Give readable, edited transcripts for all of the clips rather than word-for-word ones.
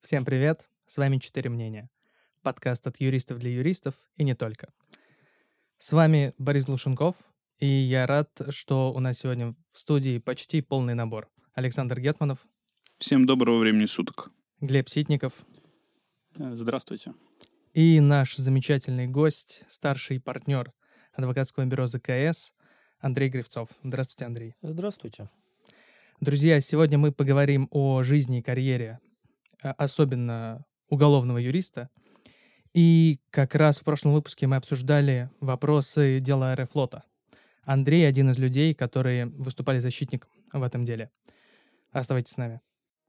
Всем привет, с вами «Четыре мнения», подкаст от юристов для юристов и не только. С вами Борис Глушенков, и я рад, что у нас сегодня в студии почти полный набор. Александр Гетманов. Всем доброго времени суток. Глеб Ситников. Здравствуйте. И наш замечательный гость, старший партнер адвокатского бюро ЗКС Андрей Гривцов. Здравствуйте, Андрей. Здравствуйте. Друзья, сегодня мы поговорим о жизни и карьере, особенно уголовного юриста. И как раз в прошлом выпуске мы обсуждали вопросы дела Аэрофлота. Андрей — один из людей, которые выступали защитником в этом деле. Оставайтесь с нами.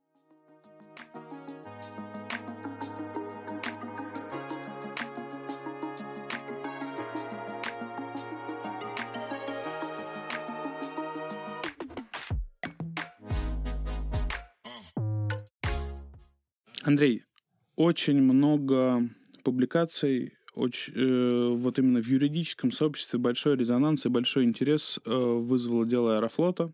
Андрей, очень много публикаций, вот именно в юридическом сообществе большой резонанс и большой интерес вызвало дело Аэрофлота.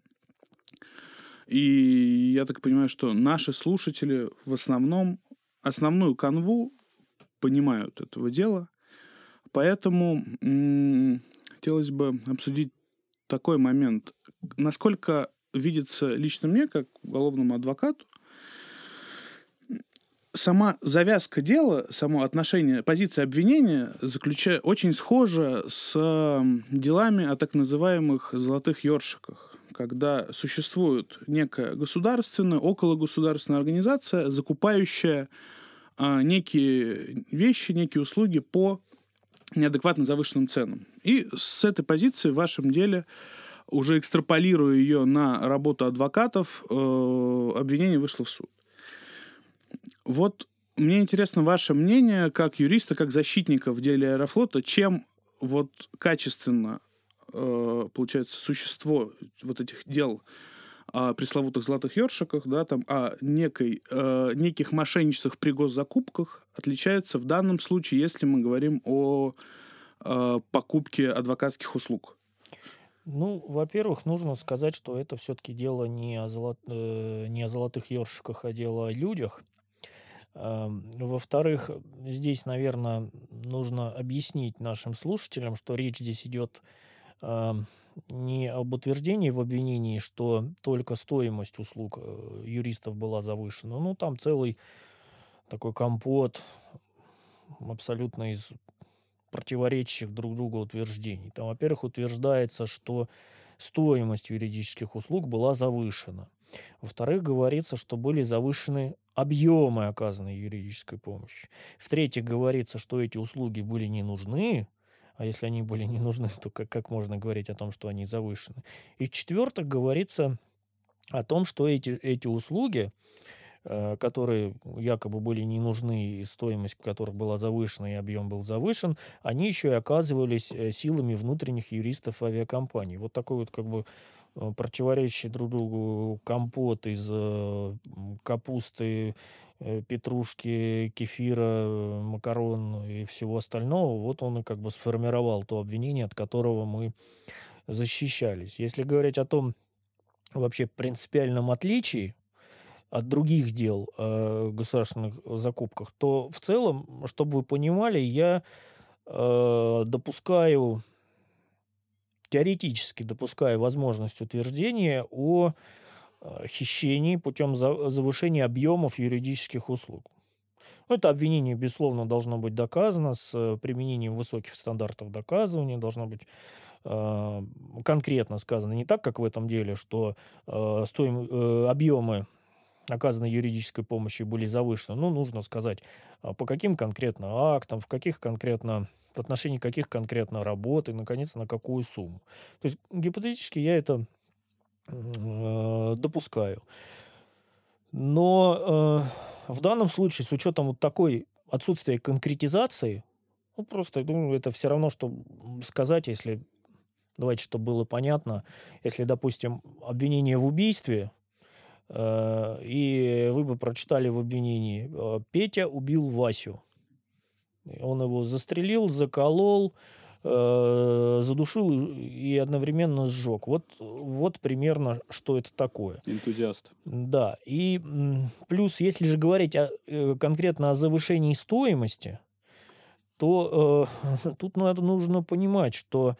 И я так понимаю, что наши слушатели в основном основную канву понимают этого дела. Поэтому хотелось бы обсудить такой момент. Насколько видится лично мне, как уголовному адвокату, сама завязка дела, само отношение, позиция обвинения очень схожа с делами о так называемых «золотых ёршиках», когда существует некая государственная, окологосударственная организация, закупающая некие вещи, некие услуги по неадекватно завышенным ценам. И с этой позиции в вашем деле, уже экстраполируя ее на работу адвокатов, обвинение вышло в суд. Вот мне интересно ваше мнение как юриста, как защитника в деле Аэрофлота, чем вот качественно получается существо вот этих дел о пресловутых золотых ёршиках, да, там, о неких мошенничествах при госзакупках отличается в данном случае, если мы говорим о покупке адвокатских услуг. Ну, во-первых, нужно сказать, что это все-таки дело не о золотых ёршиках, а дело о людях. Во-вторых, здесь, наверное, нужно объяснить нашим слушателям, что речь здесь идет не об утверждении в обвинении, что только стоимость услуг юристов была завышена. Ну, там целый такой компот абсолютно из противоречащих друг другу утверждений. Там, во-первых, утверждается, что стоимость юридических услуг была завышена. Во-вторых, говорится, что были завышены объемы оказанной юридической помощи. В-третьих, говорится, что эти услуги были не нужны, а если они были не нужны, то как можно говорить о том, что они завышены? И в-четвертых, говорится о том, что эти услуги, которые якобы были не нужны, и стоимость которых была завышена, и объем был завышен, они еще и оказывались силами внутренних юристов авиакомпаний. Вот такой вот как бы противоречащий друг другу компот из капусты, петрушки, кефира, макарон и всего остального, вот он и как бы сформировал то обвинение, от которого мы защищались. Если говорить о том вообще принципиальном отличии от других дел о государственных закупках, то в целом, чтобы вы понимали, я теоретически допускаю возможность утверждения о хищении путем завышения объемов юридических услуг. Это обвинение, безусловно, должно быть доказано с применением высоких стандартов доказывания, должно быть конкретно сказано, не так, как в этом деле, что объемы оказанной юридической помощи были завышены. Ну, нужно сказать, по каким конкретно актам, в отношении каких конкретно работ и, наконец, на какую сумму. То есть гипотетически я это допускаю. Но в данном случае, с учетом вот такой отсутствия конкретизации, просто это все равно, что сказать, давайте, чтобы было понятно, если, допустим, обвинение в убийстве, и вы бы прочитали в обвинении: Петя убил Васю. Он его застрелил, заколол, задушил и одновременно сжег. Вот примерно, что это такое. Энтузиаст. Да, и плюс, если же говорить конкретно о завышении стоимости, то тут нужно понимать, что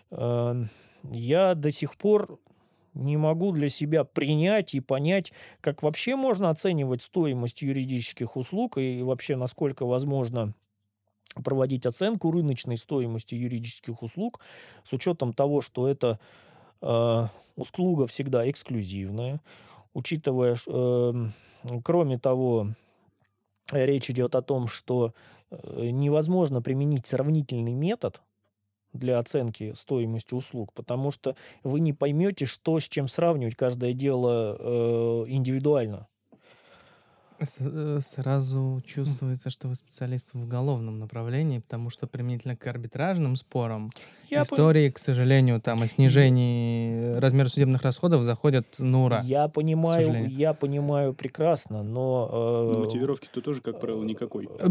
я до сих пор не могу для себя принять и понять, как вообще можно оценивать стоимость юридических услуг и вообще насколько возможно проводить оценку рыночной стоимости юридических услуг с учетом того, что это услуга всегда эксклюзивная, учитывая, кроме того, речь идет о том, что невозможно применить сравнительный метод для оценки стоимости услуг, потому что вы не поймете, что с чем сравнивать, каждое дело индивидуально. Сразу чувствуется, что вы специалист в уголовном направлении, потому что применительно к арбитражным спорам истории, к сожалению, там о снижении размера судебных расходов заходят на ура. Я понимаю прекрасно, но... Но мотивировки-то тоже, как правило, никакой. Кто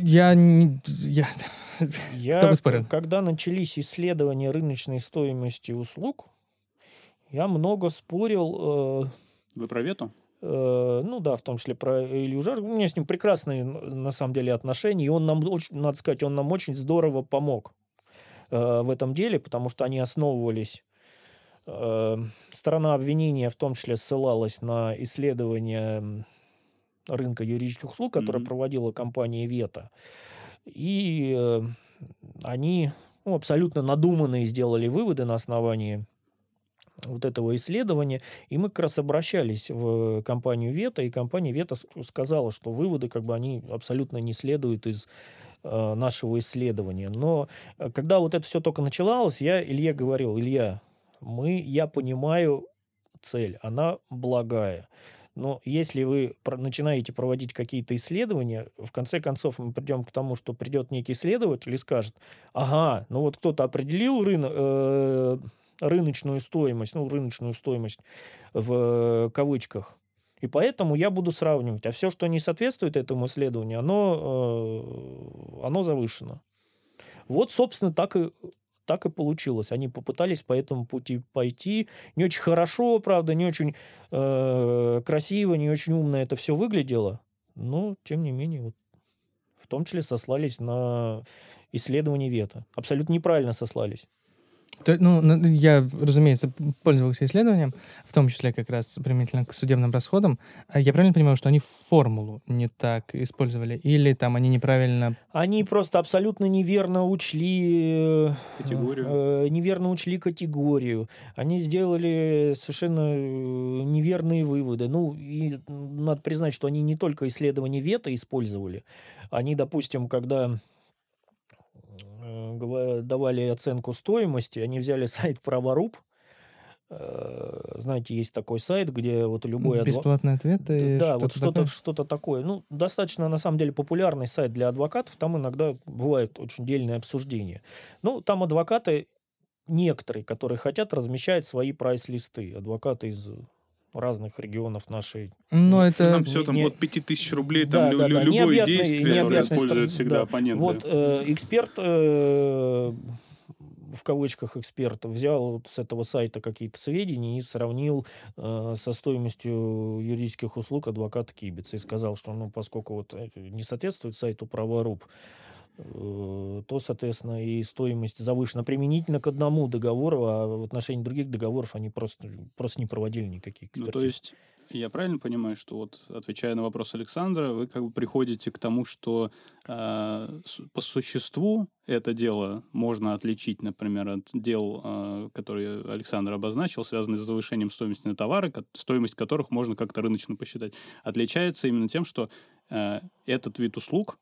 бы спорил? Когда начались исследования рыночной стоимости услуг, я много спорил... Вы про Вету? Ну да, в том числе про Илью Жаркова. У меня с ним прекрасные, на самом деле, отношения. И он нам, надо сказать, он нам очень здорово помог в этом деле, потому что они основывались... Сторона обвинения в том числе ссылалась на исследование рынка юридических услуг, которое проводила компания Вета. И они абсолютно надуманные сделали выводы на основании вот этого исследования, и мы как раз обращались в компанию Вета, и компания Вета сказала, что выводы они абсолютно не следуют из нашего исследования. Но когда вот это все только начиналось, я Илье говорил: Илья, я понимаю цель, она благая. Но если вы начинаете проводить какие-то исследования, в конце концов мы придем к тому, что придет некий исследователь и скажет: ага, ну вот кто-то определил рыночную стоимость, рыночную стоимость в кавычках, и поэтому я буду сравнивать. А все, что не соответствует этому исследованию, оно завышено. Вот, собственно, так и получилось. Они попытались по этому пути пойти. Не очень хорошо, правда, не очень красиво, не очень умно это все выглядело. Но, тем не менее, в том числе сослались на исследование Вета. Абсолютно неправильно сослались. Я, разумеется, пользовался исследованием, в том числе как раз применительно к судебным расходам. Я правильно понимаю, что они формулу не так использовали? Или там они неправильно... Они просто абсолютно неверно учли категорию. Они сделали совершенно неверные выводы. И надо признать, что они не только исследование Вета использовали. Они, допустим, когда давали оценку стоимости, они взяли сайт Праворуб. Знаете, есть такой сайт, где любой бесплатные ответы. Да, что-то такое. Достаточно, на самом деле, популярный сайт для адвокатов. Там иногда бывают очень дельные обсуждения. Там адвокаты некоторые, которые хотят, размещают свои прайс-листы. Адвокаты из разных регионов нашей... это... Там все от 5000 рублей, любое действие, которое используют всегда оппоненты. Эксперт, в кавычках эксперт, взял с этого сайта какие-то сведения и сравнил со стоимостью юридических услуг адвоката Кибица. И сказал, что поскольку не соответствует сайту Праворуб, то, соответственно, и стоимость завышена применительно к одному договору, а в отношении других договоров они просто не проводили никаких экспертиз. То есть я правильно понимаю, что отвечая на вопрос Александра, вы приходите к тому, что по существу это дело можно отличить, например, от дел, которые Александр обозначил, связанных с завышением стоимости на товары, стоимость которых можно как-то рыночно посчитать, отличается именно тем, что этот вид услуг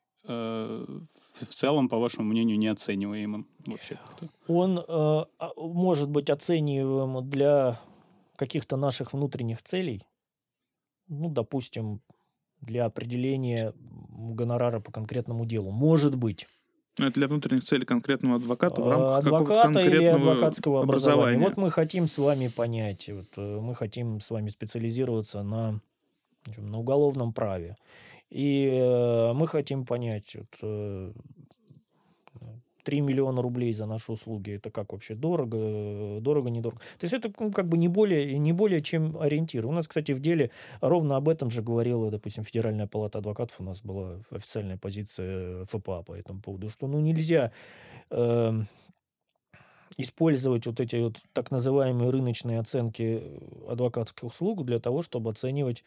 в целом, по вашему мнению, неоцениваемым вообще как-то? Он может быть оцениваем для каких-то наших внутренних целей, допустим, для определения гонорара по конкретному делу. Может быть. Это для внутренних целей конкретного адвоката в рамках адвоката какого-то конкретного или адвокатского образования. Мы хотим с вами понять, мы хотим с вами специализироваться на уголовном праве. И мы хотим понять, 3 миллиона рублей за наши услуги. Это как вообще? Дорого? Дорого, недорого? То есть это как бы не более чем ориентир. У нас, кстати, в деле ровно об этом же говорила, допустим, Федеральная палата адвокатов. У нас была официальная позиция ФПА по этому поводу, что нельзя использовать вот эти вот так называемые рыночные оценки адвокатских услуг для того, чтобы оценивать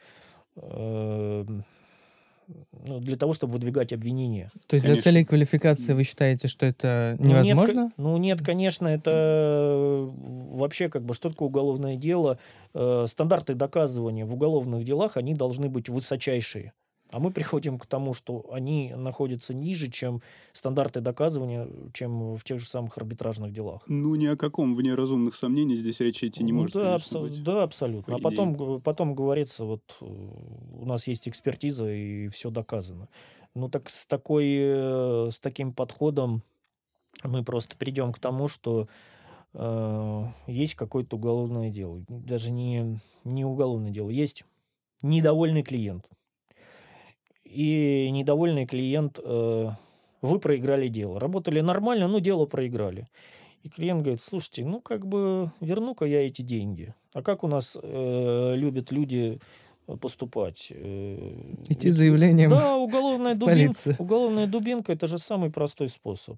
для того, чтобы выдвигать обвинения. То есть для целей квалификации вы считаете, что это невозможно? Нет, конечно, это вообще как бы что такое уголовное дело? Стандарты доказывания в уголовных делах, они должны быть высочайшие. А мы приходим к тому, что они находятся ниже, чем стандарты доказывания, чем в тех же самых арбитражных делах. Ни о каком вне разумных сомнений здесь речи идти не может, быть. Да, абсолютно. А потом говорится, вот у нас есть экспертиза, и все доказано. Так с таким подходом мы просто придем к тому, что есть какое-то уголовное дело. Даже не уголовное дело. Есть недовольный клиент. И недовольный клиент, вы проиграли дело. Работали нормально, но дело проиграли. И клиент говорит, слушайте, верну-ка я эти деньги. А как у нас любят люди поступать? Идти с заявлением уголовная дубинка – это же самый простой способ.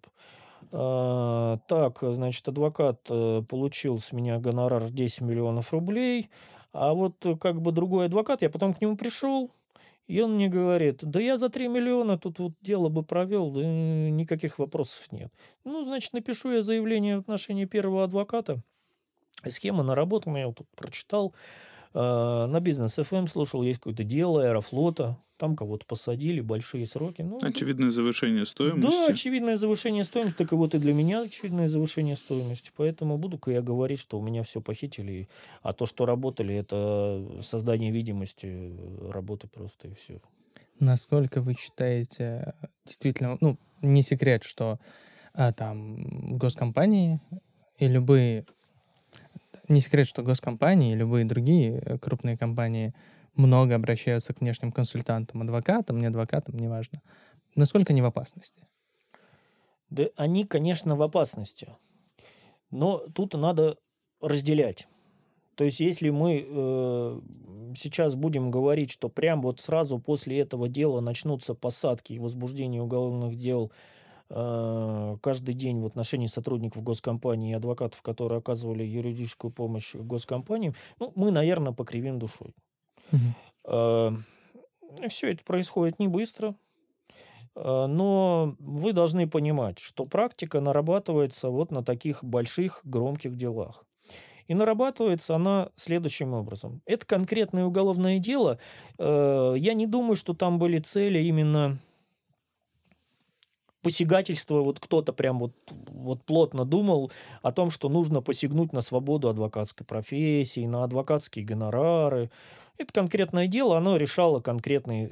Значит, адвокат получил с меня гонорар 10 миллионов рублей, а вот как бы другой адвокат, я потом к нему пришел, и он мне говорит, да я за 3 миллиона тут вот дело бы провел, да никаких вопросов нет. Значит, напишу я заявление в отношении первого адвоката. Схема наработана, я вот тут прочитал. На Бизнес ФМ слушал, есть какое-то дело Аэрофлота. Там кого-то посадили, большие сроки. Очевидное завышение стоимости. Да, очевидное завышение стоимости. Так и вот и для меня очевидное завышение стоимости. Поэтому буду-ка я говорить, что у меня все похитили. А то, что работали, это создание видимости работы просто и все. Насколько вы считаете, действительно, не секрет, что там госкомпании и любые... Не секрет, что госкомпании и любые другие крупные компании много обращаются к внешним консультантам, адвокатам, не адвокатам, неважно. Насколько они в опасности? Да они, конечно, в опасности. Но тут надо разделять. То есть если мы сейчас будем говорить, что прям вот сразу после этого дела начнутся посадки и возбуждение уголовных дел каждый день в отношении сотрудников госкомпании и адвокатов, которые оказывали юридическую помощь госкомпаниям, мы, наверное, покривим душой. Все это происходит не быстро, но вы должны понимать, что практика нарабатывается вот на таких больших, громких делах. И нарабатывается она следующим образом. Это конкретное уголовное дело. Я не думаю, что там были цели именно посягательство, вот кто-то прям вот плотно думал о том, что нужно посягнуть на свободу адвокатской профессии, на адвокатские гонорары. Это конкретное дело, оно решало конкретные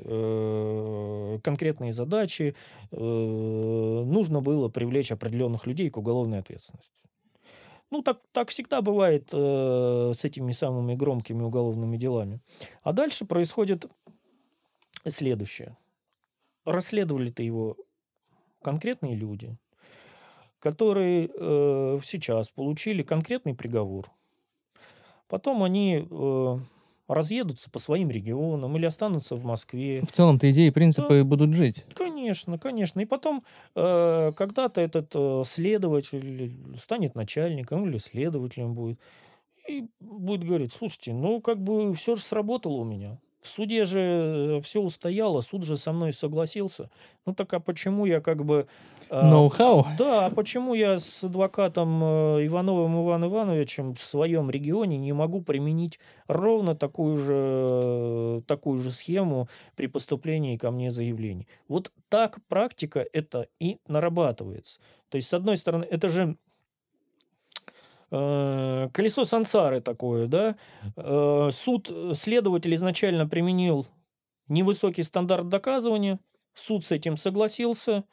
задачи. Нужно было привлечь определенных людей к уголовной ответственности. Так всегда бывает с этими самыми громкими уголовными делами. А дальше происходит следующее. Расследовали-то его конкретные люди, которые сейчас получили конкретный приговор. Потом они разъедутся по своим регионам или останутся в Москве. В целом-то идеи и принципы будут жить. Конечно, конечно. И потом когда-то этот следователь станет начальником или следователем будет. И будет говорить, слушайте, все же сработало у меня. В суде же все устояло, суд же со мной согласился. А почему я Ноу-хау? Да, а почему я с адвокатом Ивановым Иваном Ивановичем в своем регионе не могу применить ровно такую же схему при поступлении ко мне заявлений? Вот так практика это и нарабатывается. То есть, с одной стороны, это же колесо сансары такое, да? Следователь изначально применил невысокий стандарт доказывания, суд с этим согласился,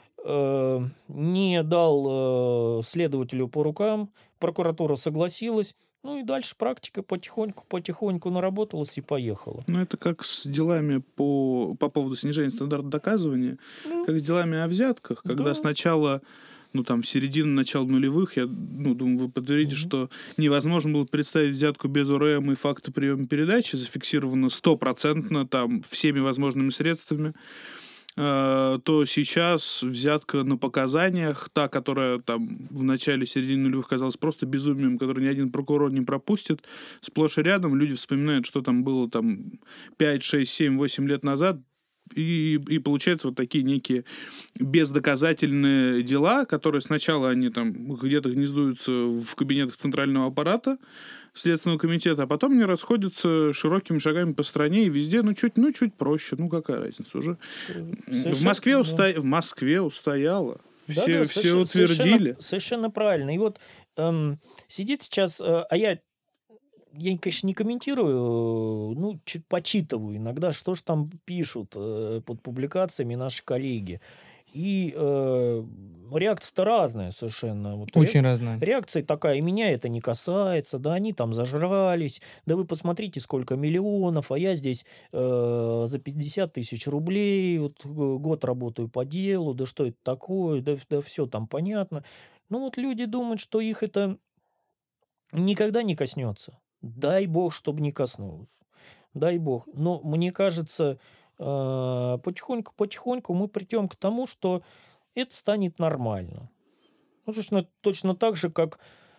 не дал следователю по рукам, прокуратура согласилась, и дальше практика потихоньку наработалась и поехала. Это как с делами по поводу снижения стандарта доказывания, как с делами о взятках, когда сначала середины, начала нулевых, я думаю, вы подтвердите, что невозможно было представить взятку без ОРМ и факта приема передачи, зафиксировано 100% там всеми возможными средствами, то сейчас взятка на показаниях, та, которая там в начале, середине нулевых казалась просто безумием, которую ни один прокурор не пропустит, сплошь и рядом люди вспоминают, что там было 5, 6, 7, 8 лет назад, и получаются вот такие некие бездоказательные дела, которые сначала они где-то гнездуются в кабинетах центрального аппарата Следственного комитета, а потом они расходятся широкими шагами по стране и везде, чуть проще, какая разница уже. В Москве устояло. Все утвердили. Совершенно правильно. И вот сидит сейчас, я, конечно, не комментирую, чуть почитываю иногда, что ж там пишут под публикациями наши коллеги. И реакция-то разная совершенно. Очень разная. Реакция такая, и меня это не касается, да, они там зажрались, да вы посмотрите, сколько миллионов, а я здесь за 50 тысяч рублей, год работаю по делу, да что это такое, да все там понятно. Люди думают, что их это никогда не коснется. Дай бог, чтобы не коснулось. Дай бог. Но мне кажется, потихоньку мы придем к тому, что это станет нормально. Точно так же, как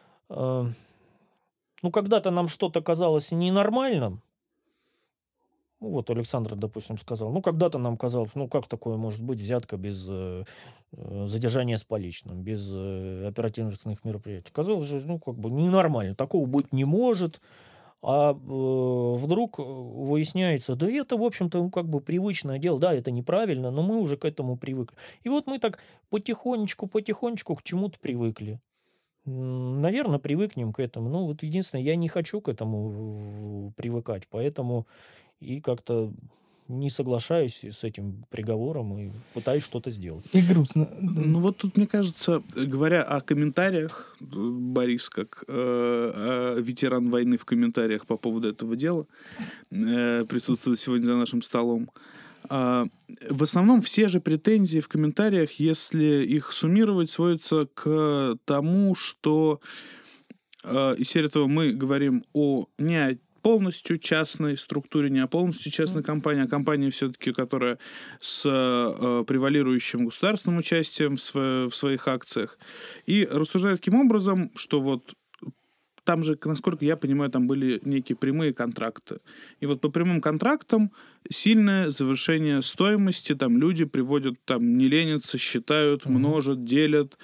когда-то нам что-то казалось ненормальным. Александр, допустим, сказал, когда-то нам казалось, как такое может быть взятка без задержания с поличным, без оперативных мероприятий. Казалось же, ненормально, такого быть не может. А вдруг выясняется, да это, в общем-то, привычное дело, да, это неправильно, но мы уже к этому привыкли. И мы так потихонечку к чему-то привыкли. Наверное, привыкнем к этому. Единственное, я не хочу к этому привыкать, поэтому и как-то не соглашаюсь с этим приговором и пытаюсь что-то сделать. И грустно. Тут, мне кажется, говоря о комментариях, Борис, как ветеран войны в комментариях по поводу этого дела, присутствует сегодня за нашим столом, в основном все же претензии в комментариях, если их суммировать, сводятся к тому, что из серии этого мы говорим не о полностью частной структуре, не о полностью частной компании, а компании все-таки, которая с превалирующим государственным участием в своих акциях. И рассуждают таким образом, что там же, насколько я понимаю, там были некие прямые контракты. И по прямым контрактам сильное завышение стоимости, там люди приводят, не ленятся, считают, множат, делят.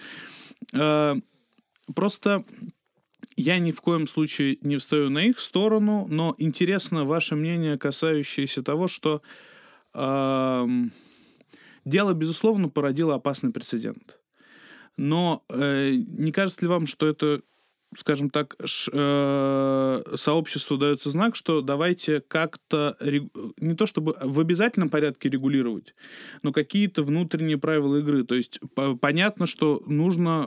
Просто я ни в коем случае не встаю на их сторону, но интересно ваше мнение, касающееся того, что дело, безусловно, породило опасный прецедент. Но не кажется ли вам, что это, скажем так, сообществу дается знак, что давайте как-то, не то чтобы в обязательном порядке регулировать, но какие-то внутренние правила игры. То есть понятно, что нужно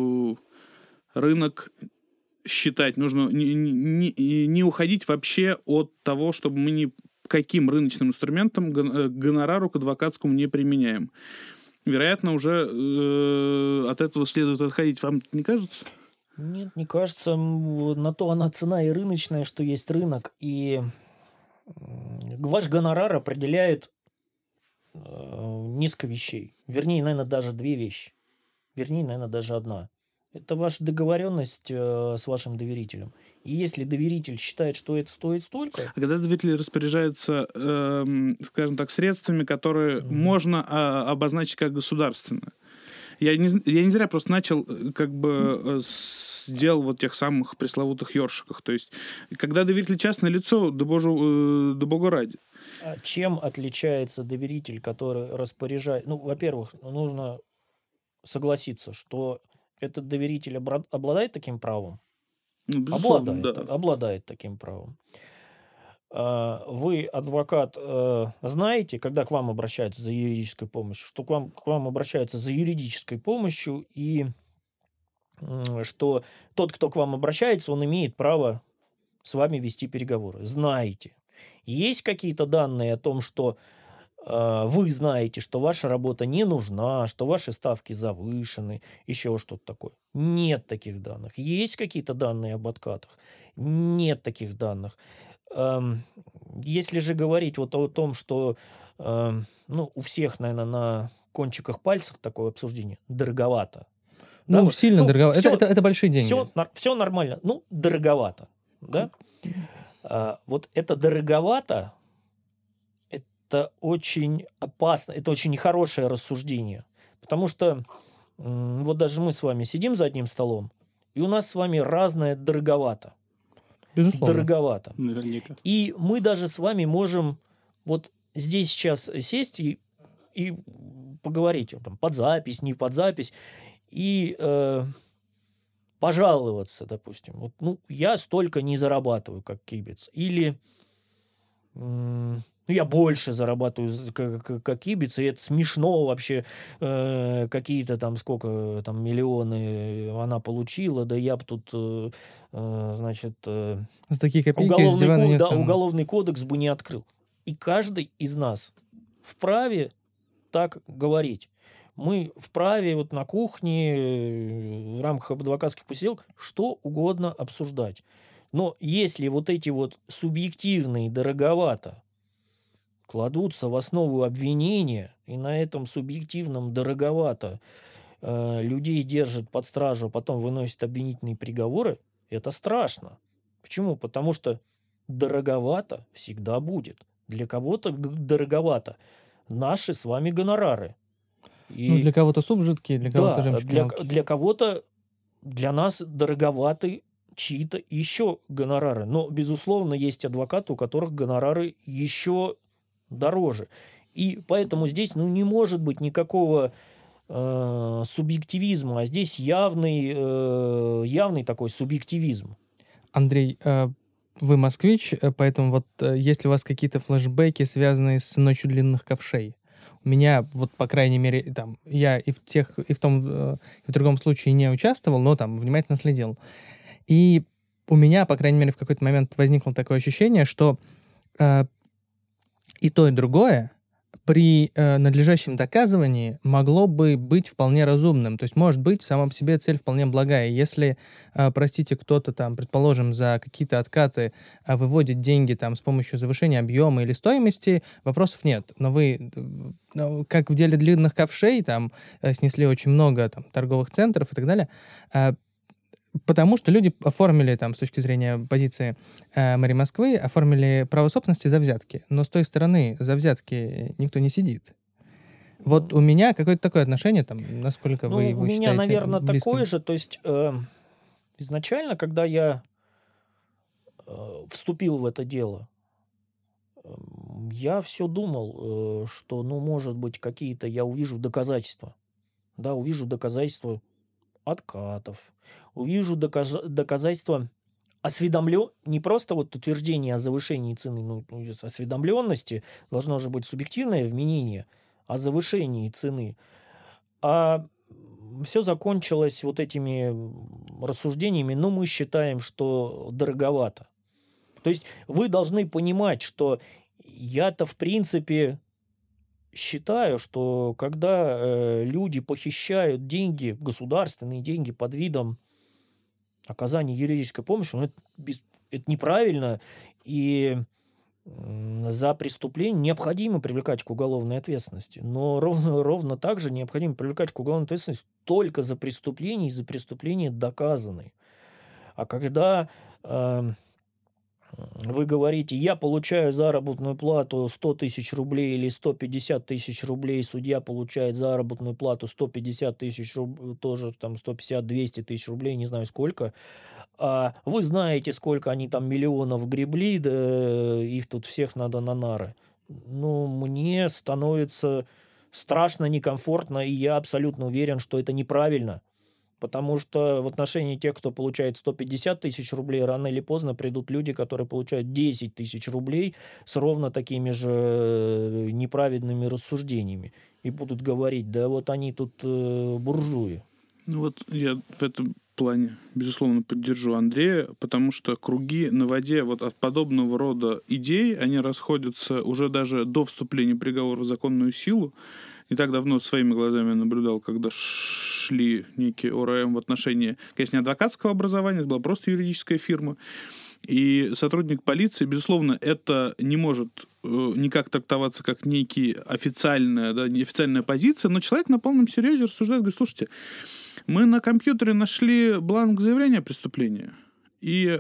рынок считать, нужно не уходить вообще от того, чтобы мы никаким рыночным инструментом гонорару к адвокатскому не применяем. Вероятно, уже от этого следует отходить. Вам не кажется? Нет, не кажется. На то она цена и рыночная, что есть рынок. И ваш гонорар определяет несколько вещей. Вернее, наверное, даже две вещи. Вернее, наверное, даже одна. Это ваша договоренность с вашим доверителем. И если доверитель считает, что это стоит столько... А когда доверитель распоряжается, скажем так, средствами, которые можно обозначить как государственные. Я не зря просто начал с дел тех самых пресловутых ёршиках. То есть, когда доверитель частное лицо, да богу ради. А чем отличается доверитель, который распоряжает... во-первых, нужно согласиться, что этот доверитель обладает таким правом? Обладает таким правом. Вы, адвокат, знаете, когда к вам обращаются за юридической помощью, что к вам обращаются за юридической помощью, и что тот, кто к вам обращается, он имеет право с вами вести переговоры. Знаете. Есть какие-то данные о том, что вы знаете, что ваша работа не нужна, что ваши ставки завышены, еще что-то такое. Нет таких данных. Есть какие-то данные об откатах? Нет таких данных. Если же говорить вот о том, что у всех, наверное, на кончиках пальцев такое обсуждение, дороговато. Да, Ну, вот, сильно дороговато. всё- Это большие деньги. Все нормально. Дороговато. Да? Вот это дороговато, это очень опасно, это очень нехорошее рассуждение. Потому что вот даже мы с вами сидим за одним столом, и у нас с вами разное дороговато. Безусловно. Дороговато. Наверняка. И мы даже с вами можем вот здесь сейчас сесть и поговорить там, под запись, не под запись, и пожаловаться, допустим. Вот, я столько не зарабатываю, как Кибиц. Или я больше зарабатываю, как Кибиц, и это смешно вообще. Какие-то там, сколько там миллионы она получила, да я бы тут, значит... За такие копейки с дивана не встану. Уголовный кодекс бы не открыл. И каждый из нас вправе так говорить. Мы вправе вот на кухне в рамках адвокатских посиделок что угодно обсуждать. Но если вот эти вот субъективные дороговато кладутся в основу обвинения, и на этом субъективном дороговато людей держат под стражу, а потом выносят обвинительные приговоры, это страшно. Почему? Потому что дороговато всегда будет. Для кого-то дороговато наши с вами гонорары. И для кого-то суп жидкий, для кого-то жемчуг мелкий. Для кого-то, для нас дороговаты чьи-то еще гонорары. Но, безусловно, есть адвокаты, у которых гонорары еще дороже. И поэтому здесь не может быть никакого субъективизма, а здесь явный такой субъективизм. Андрей, вы москвич, поэтому вот есть ли у вас какие-то флешбеки, связанные с ночью длинных ковшей? У меня, вот, по крайней мере, там, я и в том, и в другом случае не участвовал, но там внимательно следил. И у меня, по крайней мере, в какой-то момент возникло такое ощущение, что и то, и другое при надлежащем доказывании могло бы быть вполне разумным. То есть, может быть, сама по себе цель вполне благая. Если, простите, кто-то там, предположим, за какие-то откаты выводит деньги там с помощью завышения объема или стоимости, вопросов нет. Но вы, как в деле длинных ковшей, там снесли очень много там торговых центров и так далее, потому что люди оформили, там, с точки зрения позиции мэрии Москвы, оформили право собственности за взятки. Но с той стороны за взятки никто не сидит. Вот у меня какое-то такое отношение, там, насколько вы его считаете у меня, наверное, близким? такое же. То есть изначально, когда я вступил в это дело, я все думал, что, может быть, какие-то я увижу доказательства. Да, увижу доказательства откатов, увижу доказательства не просто вот утверждение о завышении цены, осведомленности, должно же быть субъективное вменение о завышении цены. А все закончилось вот этими рассуждениями, мы считаем, что дороговато. То есть вы должны понимать, что я-то в принципе считаю, что когда люди похищают деньги, государственные деньги под видом оказания юридической помощи, это неправильно, и за преступление необходимо привлекать к уголовной ответственности. Но ровно так же необходимо привлекать к уголовной ответственности только за преступления доказанные. А когда вы говорите, я получаю заработную плату 100 тысяч рублей или 150 тысяч рублей, судья получает заработную плату 150 тысяч рублей, тоже там 150-200 тысяч рублей, не знаю сколько. А вы знаете, сколько они там миллионов гребли, да их тут всех надо на нары. Мне становится страшно некомфортно, и я абсолютно уверен, что это неправильно. Потому что в отношении тех, кто получает 150 тысяч рублей, рано или поздно придут люди, которые получают 10 тысяч рублей с ровно такими же неправедными рассуждениями. И будут говорить, да вот они тут буржуи. Я в этом плане, безусловно, поддержу Андрея, потому что круги на воде вот от подобного рода идей, они расходятся уже даже до вступления приговора в законную силу. Не так давно своими глазами я наблюдал, когда шли некие ОРМ в отношении, конечно, не адвокатского образования, это была просто юридическая фирма. И сотрудник полиции, безусловно, это не может никак трактоваться как некий официальная, да, неофициальная позиция, но человек на полном серьезе рассуждает, говорит, слушайте, мы на компьютере нашли бланк заявления о преступлении, и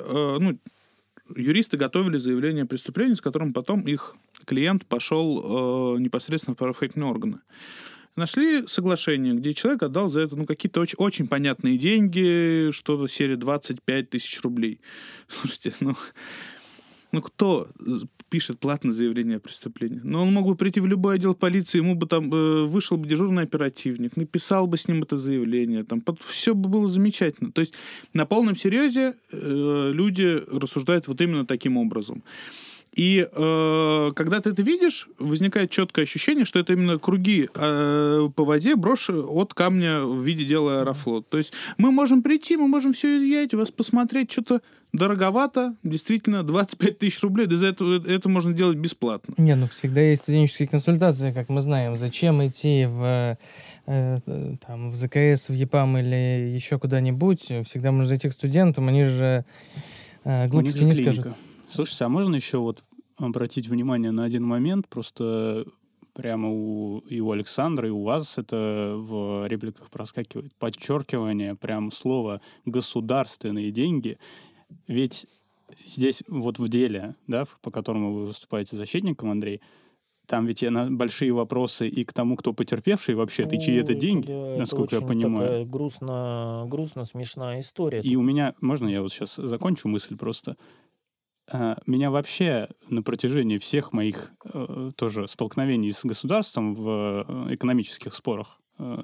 юристы готовили заявление о преступлении, с которым потом их клиент пошел непосредственно в правоохранительные органы. Нашли соглашение, где человек отдал за это какие-то очень, очень понятные деньги, что-то серии 25 тысяч рублей. Слушайте, кто пишет платное заявление о преступлении? Он мог бы прийти в любой отдел полиции, ему бы там вышел бы дежурный оперативник, написал бы с ним это заявление, все бы было замечательно. То есть на полном серьезе люди рассуждают вот именно таким образом. И когда ты это видишь, возникает четкое ощущение, что это именно круги по воде брошены от камня в виде дела Аэрофлот. То есть мы можем прийти, мы можем все изъять, вас посмотреть, что-то дороговато, действительно, 25 тысяч рублей, да за это можно делать бесплатно. Всегда есть студенческие консультации, как мы знаем. Зачем идти в ЗКС, в ЕПАМ или еще куда-нибудь? Всегда можно зайти к студентам, они же глупости не скажут. Слушайте, а можно еще обратить внимание на один момент? Просто прямо и у Александра, и у вас это в репликах проскакивает подчеркивание прям слова «государственные деньги». Ведь здесь вот в деле, да, по которому вы выступаете защитником, Андрей, там ведь большие вопросы и к тому, кто потерпевший вообще-то, и чьи это деньги, насколько я понимаю. Это грустно смешная история. И у меня, можно я вот сейчас закончу мысль просто? Меня вообще на протяжении всех моих тоже столкновений с государством в экономических спорах,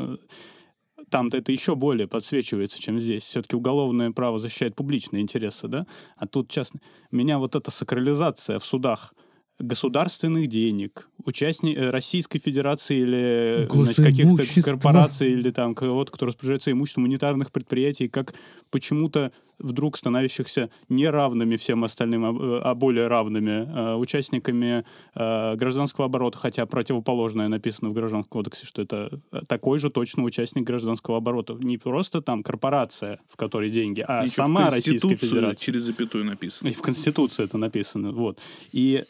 там-то это еще более подсвечивается, чем здесь. Все-таки уголовное право защищает публичные интересы, да? А тут частные. Меня вот эта сакрализация в судах государственных денег, Российской Федерации или каких-то корпораций, или там кого-то, кто распоряжается имуществом унитарных предприятий, как почему-то вдруг становящихся не равными всем остальным, а более равными участниками гражданского оборота, хотя противоположное написано в Гражданском кодексе, что это такой же точно участник гражданского оборота. Не просто там корпорация, в которой деньги, а еще сама Российская Федерация. Через запятую написано. И в Конституции это написано. Вот. И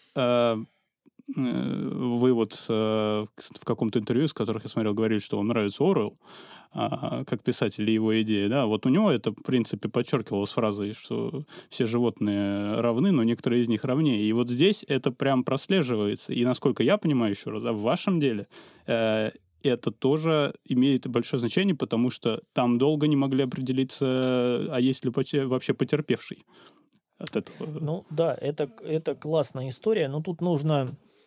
вы вот в каком-то интервью, с которых я смотрел, говорили, что вам нравится Оруэлл, как писатель и его идеи, да, вот у него это, в принципе, подчеркивалось фразой, что все животные равны, но некоторые из них равнее. И вот здесь это прям прослеживается. И, насколько я понимаю, еще раз, в вашем деле это тоже имеет большое значение, потому что там долго не могли определиться, а есть ли вообще потерпевший от этого. Это классная история, но тут нужно,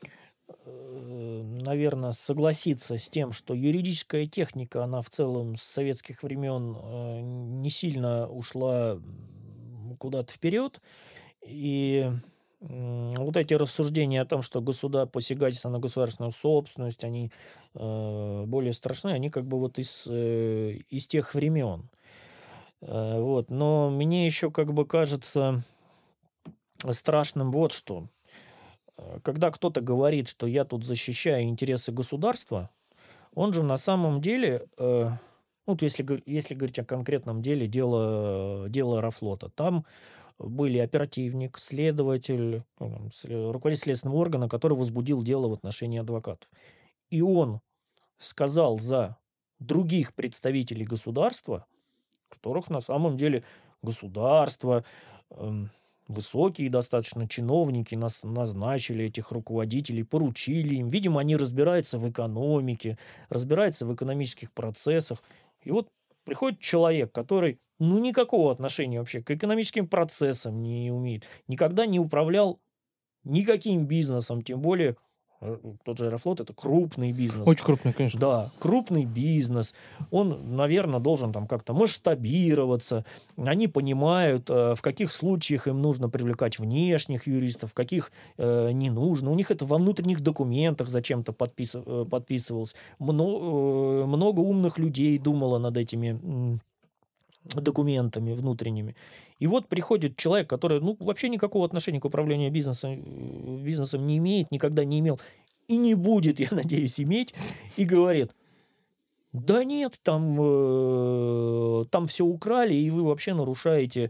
наверное, согласиться с тем, что юридическая техника, она в целом с советских времен не сильно ушла куда-то вперед. И вот эти рассуждения о том, что посягательства на государственную собственность, они более страшны, они как бы вот из тех времен. Вот. Но мне еще как бы кажется страшным вот что. Когда кто-то говорит, что я тут защищаю интересы государства, он же на самом деле, если говорить о конкретном деле, дело Аэрофлота, там были оперативник, следователь, руководитель следственного органа, который возбудил дело в отношении адвокатов. И он сказал за других представителей государства, которых на самом деле государство, высокие достаточно чиновники назначили этих руководителей, поручили им. Видимо, они разбираются в экономике, разбираются в экономических процессах. И вот приходит человек, который никакого отношения вообще к экономическим процессам не имеет, никогда не управлял никаким бизнесом, тем более тот же Аэрофлот — это крупный бизнес. Очень крупный, конечно. Да, крупный бизнес. Он, наверное, должен там как-то масштабироваться. Они понимают, в каких случаях им нужно привлекать внешних юристов, в каких не нужно. У них это во внутренних документах зачем-то подписывалось. Много умных людей думало над этими документами внутренними. И вот приходит человек, который вообще никакого отношения к управлению бизнесом не имеет, никогда не имел и не будет, я надеюсь, иметь, и говорит: да нет, там все украли, и вы вообще нарушаете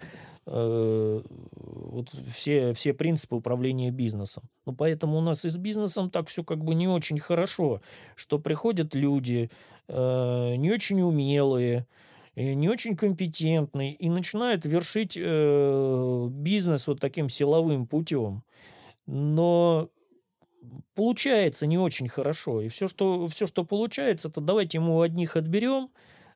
вот все принципы управления бизнесом. Поэтому у нас и с бизнесом так все как бы не очень хорошо, что приходят люди не очень умелые, не очень компетентные и начинают вершить бизнес вот таким силовым путем. Но получается не очень хорошо. И все, что получается, то давайте ему одних отберем,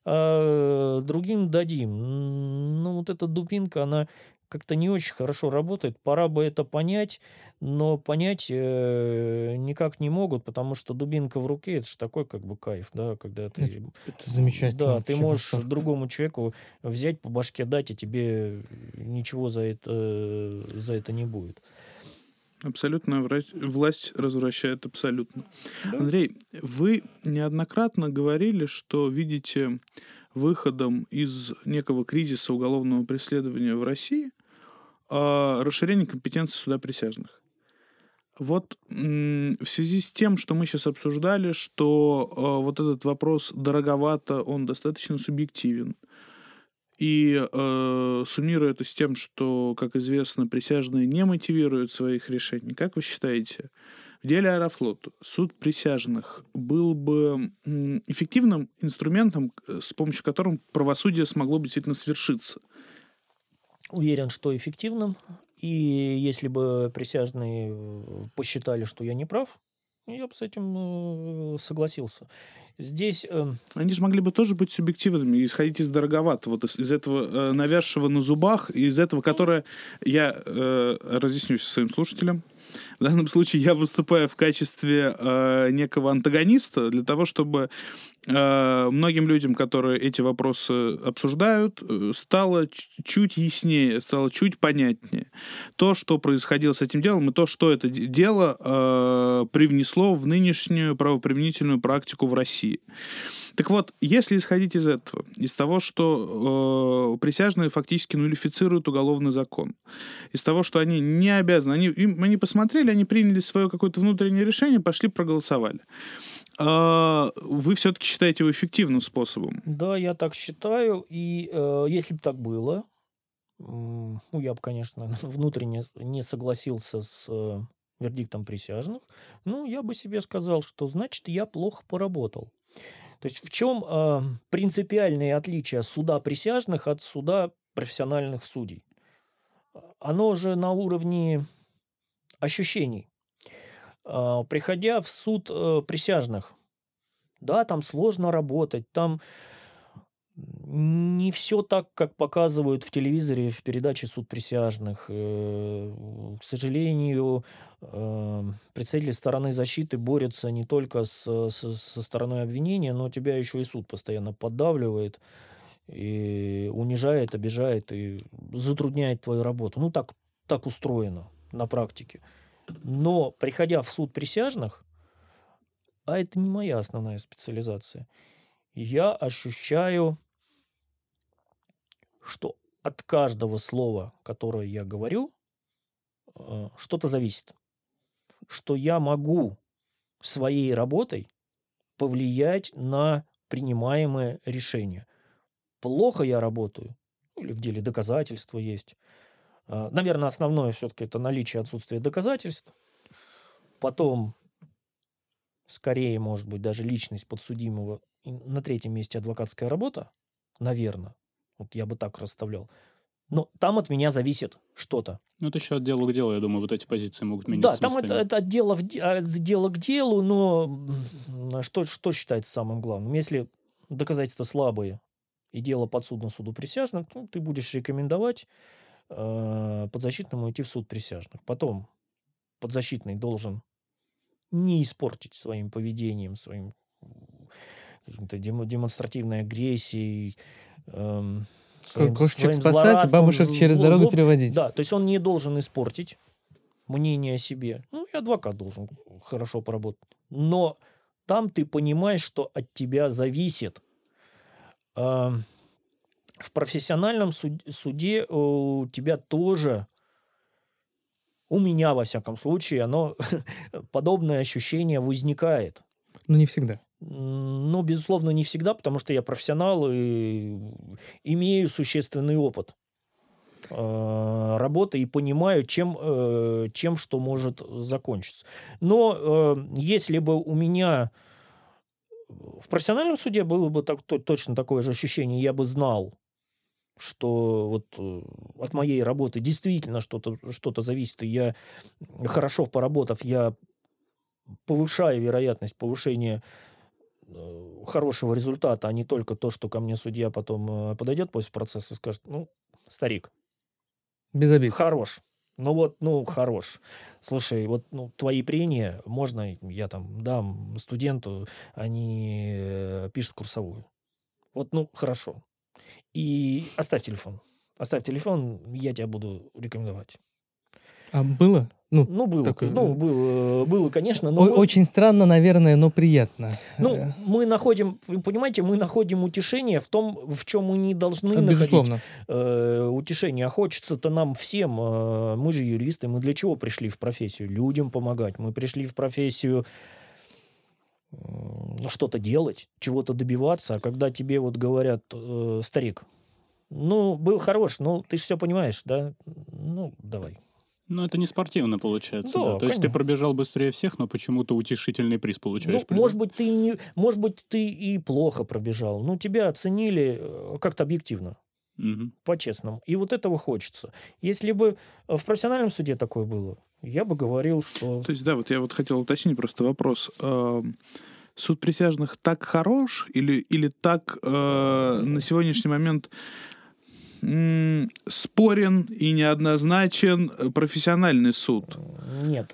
а другим дадим. Вот эта дубинка, она как-то не очень хорошо работает. Пора бы это понять, но понять никак не могут, потому что дубинка в руке — это же такой как бы кайф, да, когда ты... Это замечательно. Да, ты вообще можешь восторг. другому человеку взять по башке дать, и тебе ничего за это не будет. Абсолютная власть развращает абсолютно. Да. Андрей, вы неоднократно говорили, что видите выходом из некого кризиса уголовного преследования в России расширение компетенции суда присяжных. Вот в связи с тем, что мы сейчас обсуждали, что вот этот вопрос дороговато, он достаточно субъективен. И суммируя это с тем, что, как известно, присяжные не мотивируют своих решений, как вы считаете, в деле Аэрофлота суд присяжных был бы эффективным инструментом, с помощью которого правосудие смогло бы действительно свершиться? Уверен, что эффективным. И если бы присяжные посчитали, что я не прав, я бы с этим согласился. Здесь... Они же могли бы тоже быть субъективными, исходить из дороговато, вот из этого навязшего на зубах, из этого, которое я разъясню своим слушателям. В данном случае я выступаю в качестве некого антагониста для того, чтобы многим людям, которые эти вопросы обсуждают, стало чуть яснее, стало чуть понятнее то, что происходило с этим делом, и то, что это дело привнесло в нынешнюю правоприменительную практику в России. Так вот, если исходить из этого, из того, что присяжные фактически нулифицируют уголовный закон, из того, что они не обязаны, они посмотрели, они приняли свое какое-то внутреннее решение, пошли проголосовали. Вы все-таки считаете его эффективным способом? Да, я так считаю. И если бы так было, я бы, конечно, внутренне не согласился с вердиктом присяжных, я бы себе сказал, что значит я плохо поработал. То есть в чем принципиальное отличие суда присяжных от суда профессиональных судей? Оно же на уровне ощущений. Приходя в суд присяжных, да, там сложно работать, там не все так, как показывают в телевизоре в передаче «Суд присяжных». К сожалению, представители стороны защиты борются не только со стороной обвинения, но тебя еще и суд постоянно поддавливает, и унижает, обижает и затрудняет твою работу. Так устроено на практике. Но, приходя в суд присяжных, а это не моя основная специализация, я ощущаю, что от каждого слова, которое я говорю, что-то зависит. Что я могу своей работой повлиять на принимаемое решение. Плохо я работаю, или в деле доказательства есть. Наверное, основное все-таки это наличие отсутствия доказательств. Потом, скорее, может быть, даже личность подсудимого. И на третьем месте адвокатская работа, наверное. Вот я бы так расставлял. Но там от меня зависит что-то. Это еще от дела к делу, я думаю, вот эти позиции могут меняться. Да, там это от дела к делу, но что считается самым главным? Если доказательства слабые и дело подсудно суду присяжных, ты будешь рекомендовать подзащитному идти в суд присяжных. Потом подзащитный должен не испортить своим поведением, своим демонстративной агрессией, Кошечек спасать, бабушек через дорогу переводить. Да, то есть он не должен испортить мнение о себе. И адвокат должен хорошо поработать. Но там ты понимаешь, что от тебя зависит в профессиональном суде у тебя тоже, у меня, во всяком случае, подобное ощущение возникает. Ну, не всегда. Но, безусловно, не всегда, потому что я профессионал и имею существенный опыт работы и понимаю, чем что может закончиться. Но если бы у меня в профессиональном суде было бы точно такое же ощущение, я бы знал, что вот от моей работы действительно что-то зависит, и я, хорошо поработав, я повышаю вероятность повышения хорошего результата, а не только то, что ко мне судья потом подойдет после процесса и скажет: ну, старик, Без обид. хорош. Хорош. Слушай, твои прения можно, я там дам студенту, они пишут курсовую. Хорошо. И оставь телефон. Оставь телефон, я тебя буду рекомендовать. А было? Было, такое... было, конечно. Но очень странно, наверное, но приятно. Мы находим утешение в том, в чем мы не должны Безусловно. находить утешение. А хочется-то нам всем, мы же юристы, мы для чего пришли в профессию? Людям помогать. Мы пришли в профессию что-то делать, чего-то добиваться. А когда тебе говорят: старик, был хорош, ты же все понимаешь, да? Давай. Это не спортивно получается, Да, да. То есть ты пробежал быстрее всех, но почему-то утешительный приз получаешь. Может быть, ты и плохо пробежал. Тебя оценили как-то объективно, по-честному. И этого хочется. Если бы в профессиональном суде такое было, я бы говорил, что... То есть, да, я хотел уточнить просто вопрос. Суд присяжных так хорош или так на сегодняшний момент спорен и неоднозначен профессиональный суд? Нет,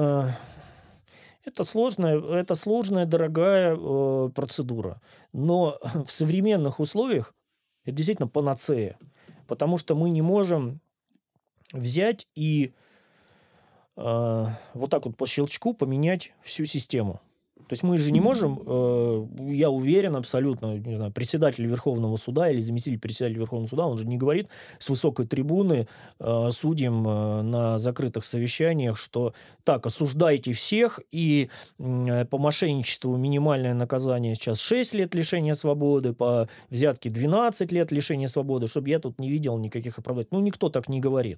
это сложная, дорогая процедура. Но в современных условиях это действительно панацея. Потому что мы не можем взять и по щелчку поменять всю систему. То есть мы же не можем, я уверен абсолютно, не знаю, председатель Верховного суда или заместитель председателя Верховного суда, он же не говорит с высокой трибуны судьям на закрытых совещаниях, что так, осуждайте всех, и по мошенничеству минимальное наказание сейчас 6 лет лишения свободы, по взятке 12 лет лишения свободы, чтобы я тут не видел никаких оправданий. Никто так не говорит.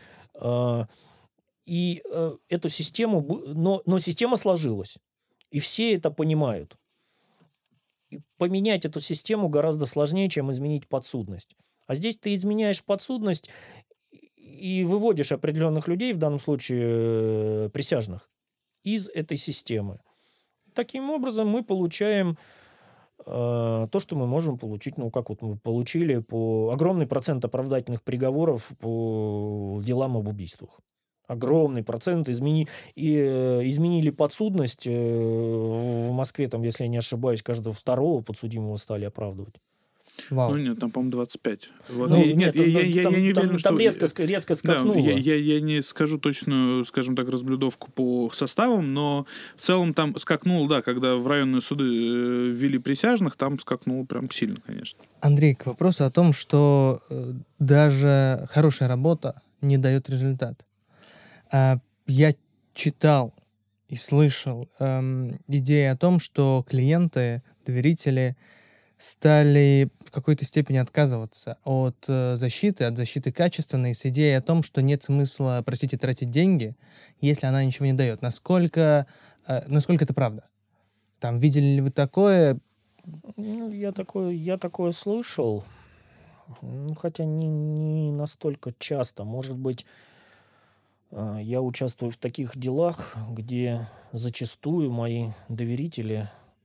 И эту систему, но система сложилась. И все это понимают. И поменять эту систему гораздо сложнее, чем изменить подсудность. А здесь ты изменяешь подсудность и выводишь определенных людей, в данном случае присяжных, из этой системы. Таким образом мы получаем то, что мы можем получить, мы получили по огромный процент оправдательных приговоров по делам об убийствах. Огромный процент изменили подсудность. В Москве, там, если я не ошибаюсь, каждого второго подсудимого стали оправдывать. Вау. Нет, там, по-моему, 25. Я не уверен, что... Там резко скакнуло. Да, я не скажу точную, скажем так, разблюдовку по составам, но в целом там скакнул, да, когда в районные суды ввели присяжных, там скакнуло прям сильно, конечно. Андрей, к вопросу о том, что даже хорошая работа не дает результат. Я читал и слышал идеи о том, что клиенты, доверители стали в какой-то степени отказываться от защиты качественной, с идеей о том, что нет смысла, тратить деньги, если она ничего не дает. Насколько это правда? Там, видели ли вы такое? Я такое слышал, хотя не настолько часто. Может быть, я участвую в таких делах, где зачастую мои доверители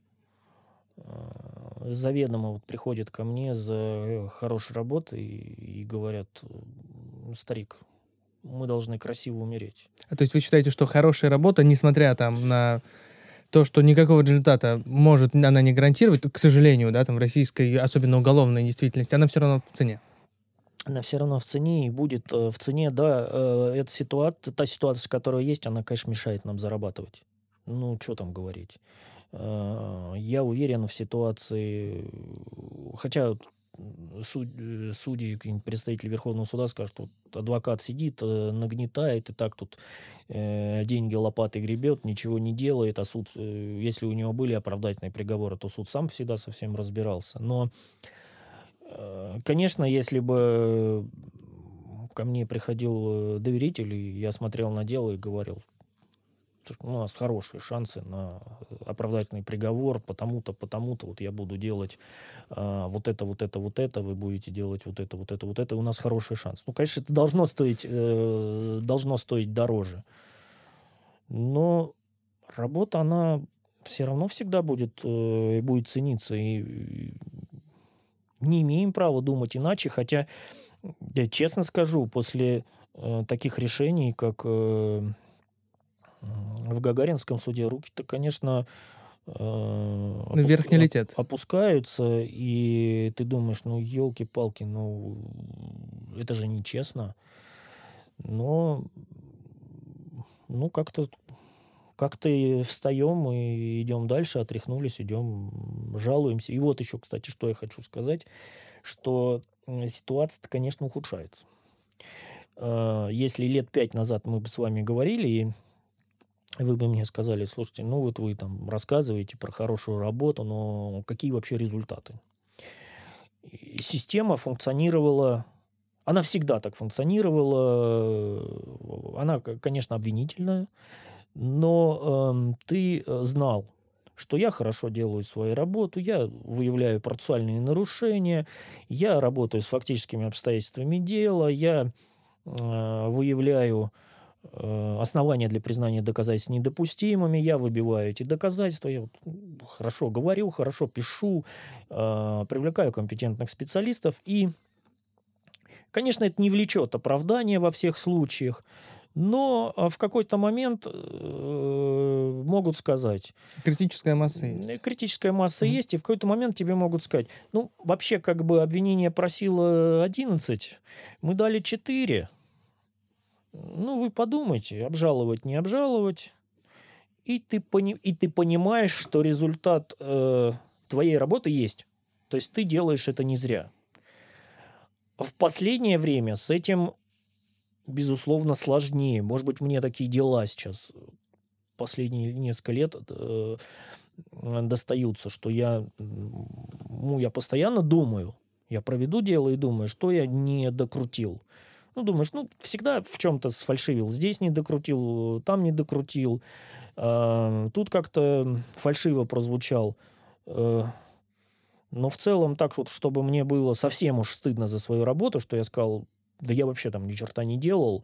заведомо приходят ко мне за хорошей работой и говорят: старик, мы должны красиво умереть. То есть вы считаете, что хорошая работа, несмотря на то, что никакого результата может она не гарантировать, к сожалению, да, там в российской, особенно уголовной действительности, она все равно в цене? Она все равно в цене и будет в цене, да. Та ситуация, которая есть, она, конечно, мешает нам зарабатывать. Что там говорить. Я уверен в ситуации, хотя судьи, какие-нибудь представители Верховного суда скажут, что вот адвокат сидит, нагнетает, и так тут деньги лопатой гребет, ничего не делает, а суд, если у него были оправдательные приговоры, то суд сам всегда со всем разбирался. Но, конечно, если бы ко мне приходил доверитель, и я смотрел на дело и говорил, у нас хорошие шансы на оправдательный приговор, потому-то, вот я буду делать вот это, вы будете делать вот это, у нас хороший шанс. Ну, конечно, это должно стоить дороже. Но работа, она все равно всегда будет цениться, и не имеем права думать иначе, хотя, я честно скажу, после таких решений, как в Гагаринском суде, руки-то, конечно, Вверх не летят. опускаются, и ты думаешь, ну, елки-палки, ну, это же нечестно. Но, ну, как-то и встаем и идем дальше, отряхнулись, идем, жалуемся. И вот еще, кстати, что я хочу сказать, что ситуация-то, конечно, ухудшается. Если лет 5 назад мы бы с вами говорили, и вы бы мне сказали, слушайте, ну вот вы там рассказываете про хорошую работу, но какие вообще результаты? И система функционировала, она всегда так функционировала, она, конечно, обвинительная, но ты знал, что я хорошо делаю свою работу, я выявляю процессуальные нарушения, я работаю с фактическими обстоятельствами дела, я выявляю основания для признания доказательств недопустимыми, я выбиваю эти доказательства, я хорошо говорю, хорошо пишу, привлекаю компетентных специалистов, и, конечно, это не влечет оправдания во всех случаях, но в какой-то момент могут сказать... Критическая масса есть. Критическая масса есть, и в какой-то момент тебе могут сказать, ну, вообще, как бы обвинение просило 11, мы дали 4. Ну, вы подумайте, обжаловать, не обжаловать, и ты понимаешь, что результат твоей работы есть. То есть ты делаешь это не зря. В последнее время с этим, безусловно, сложнее. Может быть, мне такие дела сейчас последние несколько лет достаются, что я постоянно думаю, я проведу дело и думаю, что я не докрутил. Ну, думаешь, ну, всегда в чем-то сфальшивил. Здесь не докрутил, там не докрутил. Тут как-то фальшиво прозвучал. Но в целом так вот, чтобы мне было совсем уж стыдно за свою работу, что я сказал, да я вообще там ни черта не делал,